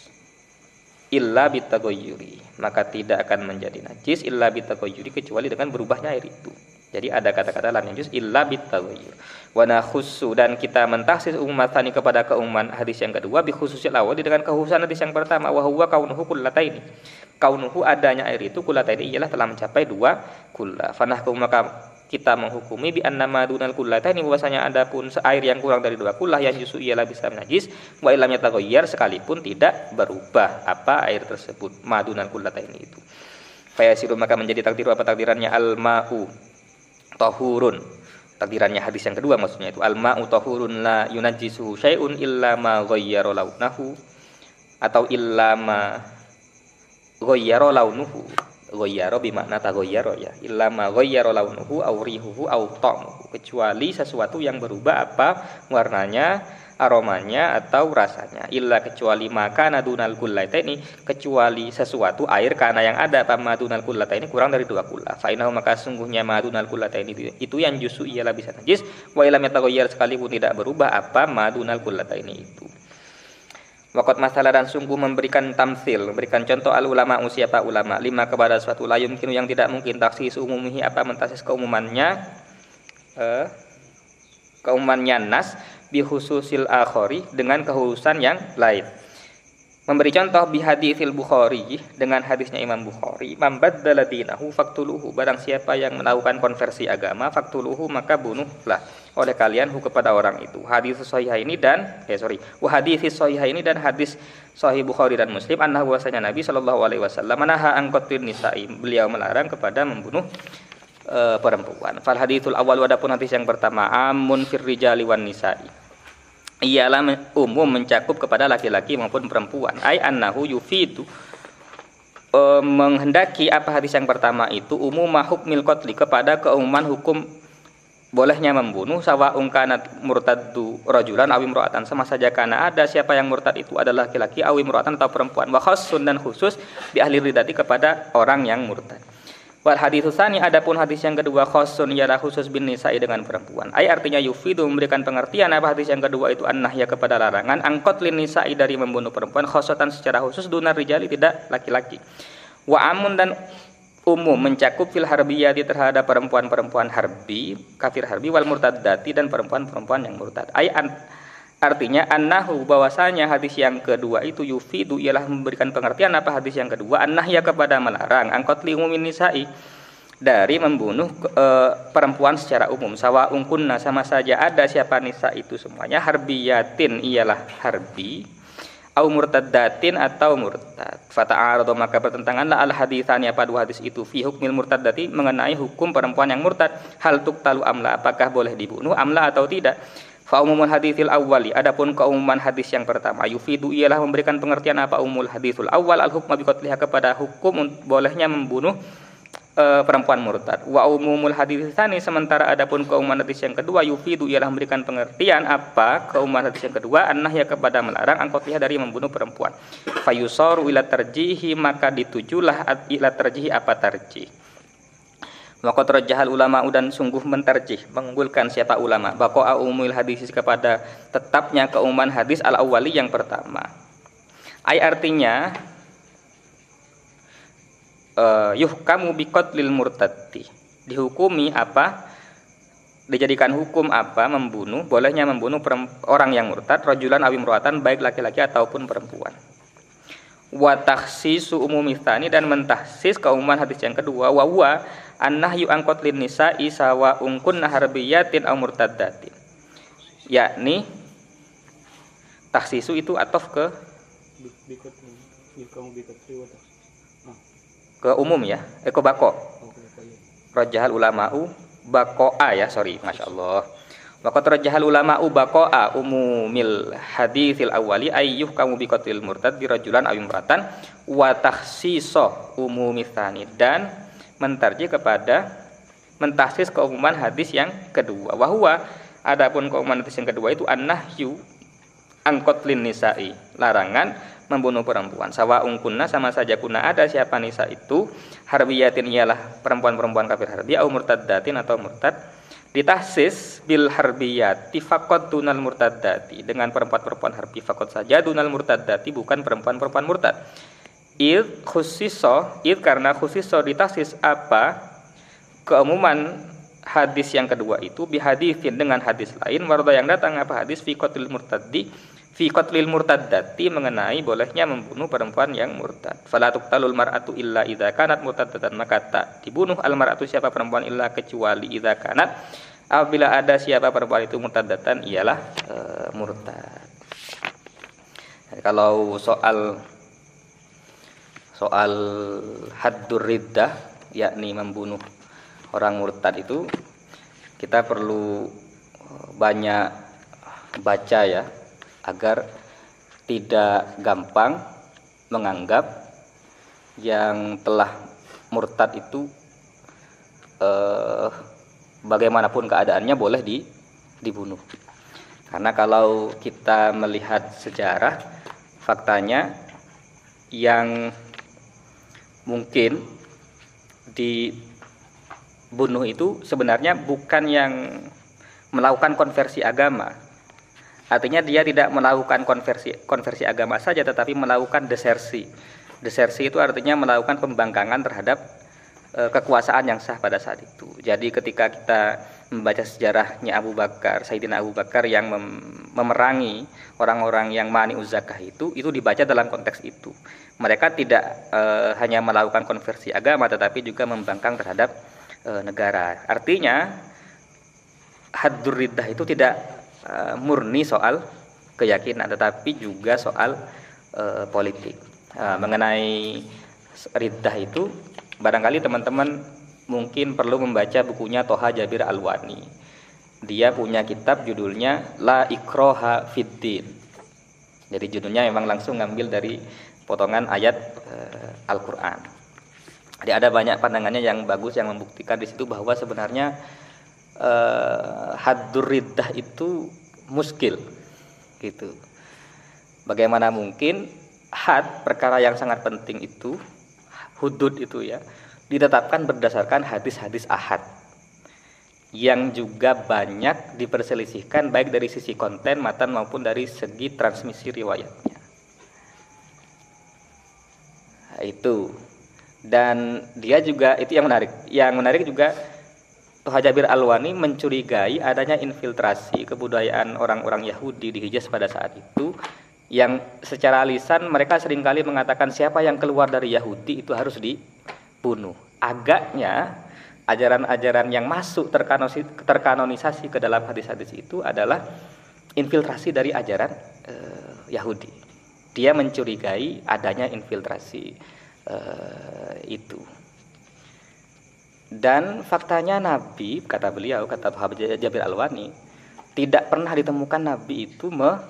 illa bi taghayyuri, maka tidak akan menjadi najis illa bi taghayyuri kecuali dengan berubahnya air itu. Jadi ada kata-kata lam yanjus illa bi taghayyur. Wa nakhussu dan kita mentaksis umumatan kepada keumuman hadis yang kedua bi khususil awal dengan kekhususan hadis yang pertama, wa huwa kaunuhu kullataini, kaunuhu adanya air itu kullataini ialah telah mencapai 2 kullah. Fanahkum maka kita menghukumi bi annama dunal kullataini, bahwasanya adapun air yang kurang dari 2 kullah yang justru ialah bisa najis wa illam yataghayyar sekalipun tidak berubah apa air tersebut madunal kullataini itu. Fayasiru maka menjadi takdiru apa takdirannya al-ma'u tahurun, takdirannya hadis yang kedua maksudnya itu al-ma'u tahurun la yunajjisuhu syai'un illa ma ghayyara launahu atau illa ma ghayyara launuhu. Ghayyara bermakna taghayyara ya, illa ma ghayyara launuhu aw rihuhu aw ta'muhu, kecuali sesuatu yang berubah apa warnanya, aromanya atau rasanya. Illa kecuali maka nadunal kullataini, kecuali sesuatu air karena yang ada apa madunal kullataini kurang dari 2 kullah. Fa innahu maka sungguhnya madunal kullataini itu yang justru ialah bisa najis wa illam yataghayyar sekalipun tidak berubah apa madunal kullataini itu. Waqat masalah dan sungguh memberikan tamsil, memberikan contoh al ulama siapa ulama lima kepada suatu la yumkinu yang tidak mungkin taksis umumihi apa mentaksis keumumannya nas bi khususil akhari dengan kekhususan yang lain. Memberi contoh bi haditsil Bukhari dengan hadisnya Imam Bukhari, man baddala dinahu faqtuluhu, barang siapa yang melakukan konversi agama faqtuluhu maka bunuhlah oleh kalian kepada orang itu. Hadis sahih ini dan hadis sahih ini dan hadis sahih Bukhari dan Muslim annahu wasanya Nabi sallallahu alaihi wasallam manaha an qatlin nisa'i, beliau melarang kepada membunuh perempuan. Fal haditsul awal, adapun hadis yang pertama amun fir rijali wan nisa'i, ialah umum mencakup kepada laki-laki maupun perempuan. Ai annahu yufidu menghendaki apa hadis yang pertama itu umum hukmil qatli, kepada keumuman hukum bolehnya membunuh, sawaun kanat murtaddu rajulan aw imra'atan, sama saja karena ada siapa yang murtad itu adalah laki-laki aw imra'atan atau perempuan, wa khassun dan khusus di ahli ridati kepada orang yang murtad. Wal hadits tsani, adapun hadis yang kedua khassun ialah khusus bin nisa'i dengan perempuan. Ai artinya yufidu memberikan pengertian apa hadis yang kedua itu an-nahya kepada larangan angkot lin nisa'i dari membunuh perempuan khosotan secara khusus dunar rijali tidak laki-laki. Wa amun dan umum mencakup fil harbiyati terhadap perempuan-perempuan harbi, kafir harbi, wal murtaddati dan perempuan-perempuan yang murtad. Artinya annahu bahwasanya hadis yang kedua itu yufidu ialah memberikan pengertian apa hadis yang kedua an-nahya kepada melarang angkot li umumin nisa'i dari membunuh perempuan secara umum, sawaun kunna sama saja ada siapa nisa itu semuanya harbiyatin ialah harbi au murtaddatin atau murtad. Fata'aradu maka bertentanganlah al haditsani apa dua hadis itu fi hukmil murtaddati mengenai hukum perempuan yang murtad, hal tuqtalu amla apakah boleh dibunuh amla atau tidak. Fa umumul haditsil awwali, adapun keumuman hadis yang pertama yufidu ialah memberikan pengertian apa umul haditsul awwal al hukma bi qatliha kepada hukum bolehnya membunuh perempuan murtad. Wa umumul hadits tsani, sementara adapun keumuman hadis yang kedua yufidu ialah memberikan pengertian apa keumuman hadis yang kedua an-nahya kepada melarang angkotliha dari membunuh perempuan. Fayusaru ila tarjihi maka ditujulah ila tarjihi apa tarjih. Waqat rajahal ulama dan sungguh mentarjih mengunggulkan siapa ulama baqa'a umumil hadis kepada tetapnya keumuman hadis al awwali yang pertama. Ai artinya yuhkamu biqatlil murtaddi, dihukumi apa, dijadikan hukum apa, membunuh, bolehnya membunuh orang yang murtad, rajulan aw imra'atan, baik laki-laki ataupun perempuan. Wa takhsisu umumi tsani, dan mentahsis keumuman hadis yang kedua, wa huwa an-nahyu an qatlin nisa'i sawa'un kunna harbiyatin aw murtaddatin, yakni takhsisu itu atof ke umum ya, ke bako. Rajahal ulama'u bako'a ya, sorry, masya Allah. Waqat rajahal ulama'u bako'a umumil haditsil awwali ayyuh kamu biqatil murtad di rajulan aw imratan wa takhsiso umumi tsani, dan mentarjih kepada mentahsis keumuman hadis yang kedua. Wa huwa adapun keumuman hadis yang kedua itu an-nahyu an qatlin nisa'i, larangan membunuh perempuan. Sawaun kunna sama saja kunna ada siapa nisa itu harbiyatin ialah perempuan-perempuan kafir harbi au murtaddatin atau murtad. Ditahsis bil harbiyati faqat dunal murtaddati, dengan perempuan-perempuan harbi faqat saja, dunal murtaddati bukan perempuan-perempuan murtad. Id khusiso, id karena khusiso ditahsis apa keumuman hadis yang kedua itu bihaditsin dengan hadis lain warda yang datang apa hadis fi qatlil murtaddi fi qatlil murtaddati mengenai bolehnya membunuh perempuan yang murtad. Fala tuqtalul mar'atu illa idza kanat murtaddatan, maka tak dibunuh al mar'atu siapa perempuan illa kecuali idza kanat apabila ada siapa perempuan itu murtaddatan ialah murtad. Kalau soal haddur riddah yakni membunuh orang murtad itu kita perlu banyak baca ya, agar tidak gampang menganggap yang telah murtad itu bagaimanapun keadaannya boleh dibunuh. Karena kalau kita melihat sejarah, faktanya yang mungkin dibunuh itu sebenarnya bukan yang melakukan konversi agama. Artinya dia tidak melakukan konversi agama saja, tetapi melakukan desersi. Desersi itu artinya melakukan pembangkangan terhadap kekuasaan yang sah pada saat itu. Jadi ketika kita membaca sejarahnya Abu Bakar, Sayyidina Abu Bakar yang memerangi orang-orang yang mani'uz zakah itu dibaca dalam konteks itu. Mereka tidak hanya melakukan konversi agama, tetapi juga membangkang terhadap negara. Artinya haddur riddah itu tidak murni soal keyakinan, tetapi juga soal politik. Mengenai riddah itu barangkali teman-teman mungkin perlu membaca bukunya Toha Jabir Alwani. Dia punya kitab judulnya La Ikraha Fiddin. Jadi judulnya memang langsung ngambil dari potongan ayat Al-Qur'an. Jadi ada banyak pandangannya yang bagus yang membuktikan di situ bahwa sebenarnya haddur riddah itu muskil gitu. Bagaimana mungkin had, perkara yang sangat penting itu, hudud itu ya, ditetapkan berdasarkan hadis-hadis ahad yang juga banyak diperselisihkan baik dari sisi konten, matan maupun dari segi transmisi riwayatnya. Nah, itu. Dan dia juga, itu yang menarik. Yang menarik juga Toha Jabir Alwani mencurigai adanya infiltrasi kebudayaan orang-orang Yahudi di Hijaz pada saat itu, yang secara lisan mereka seringkali mengatakan siapa yang keluar dari Yahudi itu harus dibunuh. Agaknya ajaran-ajaran yang masuk terkanonisasi ke dalam hadis-hadis itu adalah infiltrasi dari ajaran Yahudi. Dia mencurigai adanya infiltrasi itu. Dan faktanya Nabi, kata beliau, kata Toha Jabir Alwani, tidak pernah ditemukan Nabi itu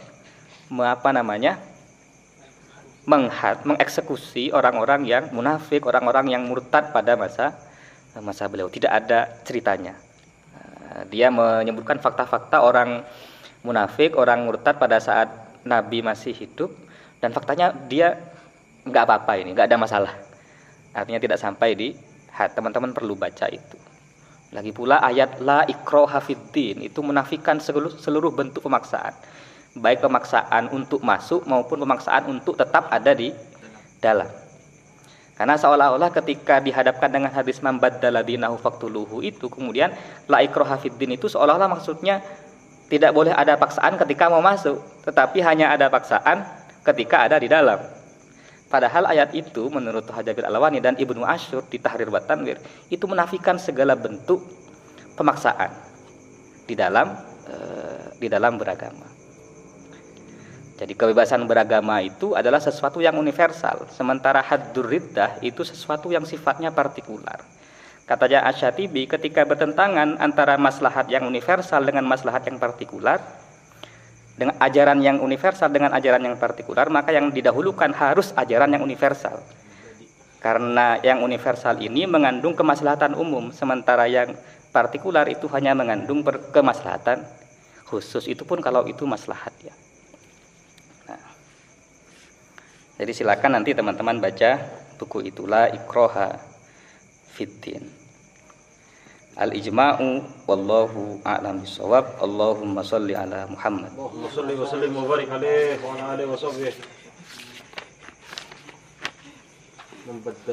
mengeksekusi orang-orang yang munafik, orang-orang yang murtad pada masa beliau. Tidak ada ceritanya. Dia menyebutkan fakta-fakta orang munafik, orang murtad pada saat Nabi masih hidup, dan faktanya dia nggak apa-apa, ini nggak ada masalah. Artinya tidak sampai di had. Teman-teman perlu baca itu. Lagi pula ayat la ikraha fiddin itu menafikan seluruh bentuk pemaksaan, baik pemaksaan untuk masuk maupun pemaksaan untuk tetap ada di dalam. Karena seolah-olah ketika dihadapkan dengan hadis man baddala dinahu faqtuluhu itu, kemudian la ikraha fiddin itu seolah-olah maksudnya tidak boleh ada paksaan ketika mau masuk, tetapi hanya ada paksaan ketika ada di dalam. Padahal ayat itu menurut Toha Jabir Alwani dan Ibnu Asyur di Tahrir wa Tanwir itu menafikan segala bentuk pemaksaan di dalam beragama. Jadi kebebasan beragama itu adalah sesuatu yang universal, sementara haddur riddah itu sesuatu yang sifatnya partikular. Katanya Asy-Syatibi, ketika bertentangan antara maslahat yang universal dengan maslahat yang partikular, dengan ajaran yang universal dengan ajaran yang partikular, maka yang didahulukan harus ajaran yang universal. Karena yang universal ini mengandung kemaslahatan umum, sementara yang partikular itu hanya mengandung kemaslahatan khusus, itu pun kalau itu maslahat ya. Nah, jadi silakan nanti teman-teman baca buku itulah Ikraha Fiddin. Al-ijma'u wallahu a'lam bissawab. Allahumma shalli ala Muhammad. Allahumma shalli wa sallim wa barik alaihi wa ala alihi wa sahbihi.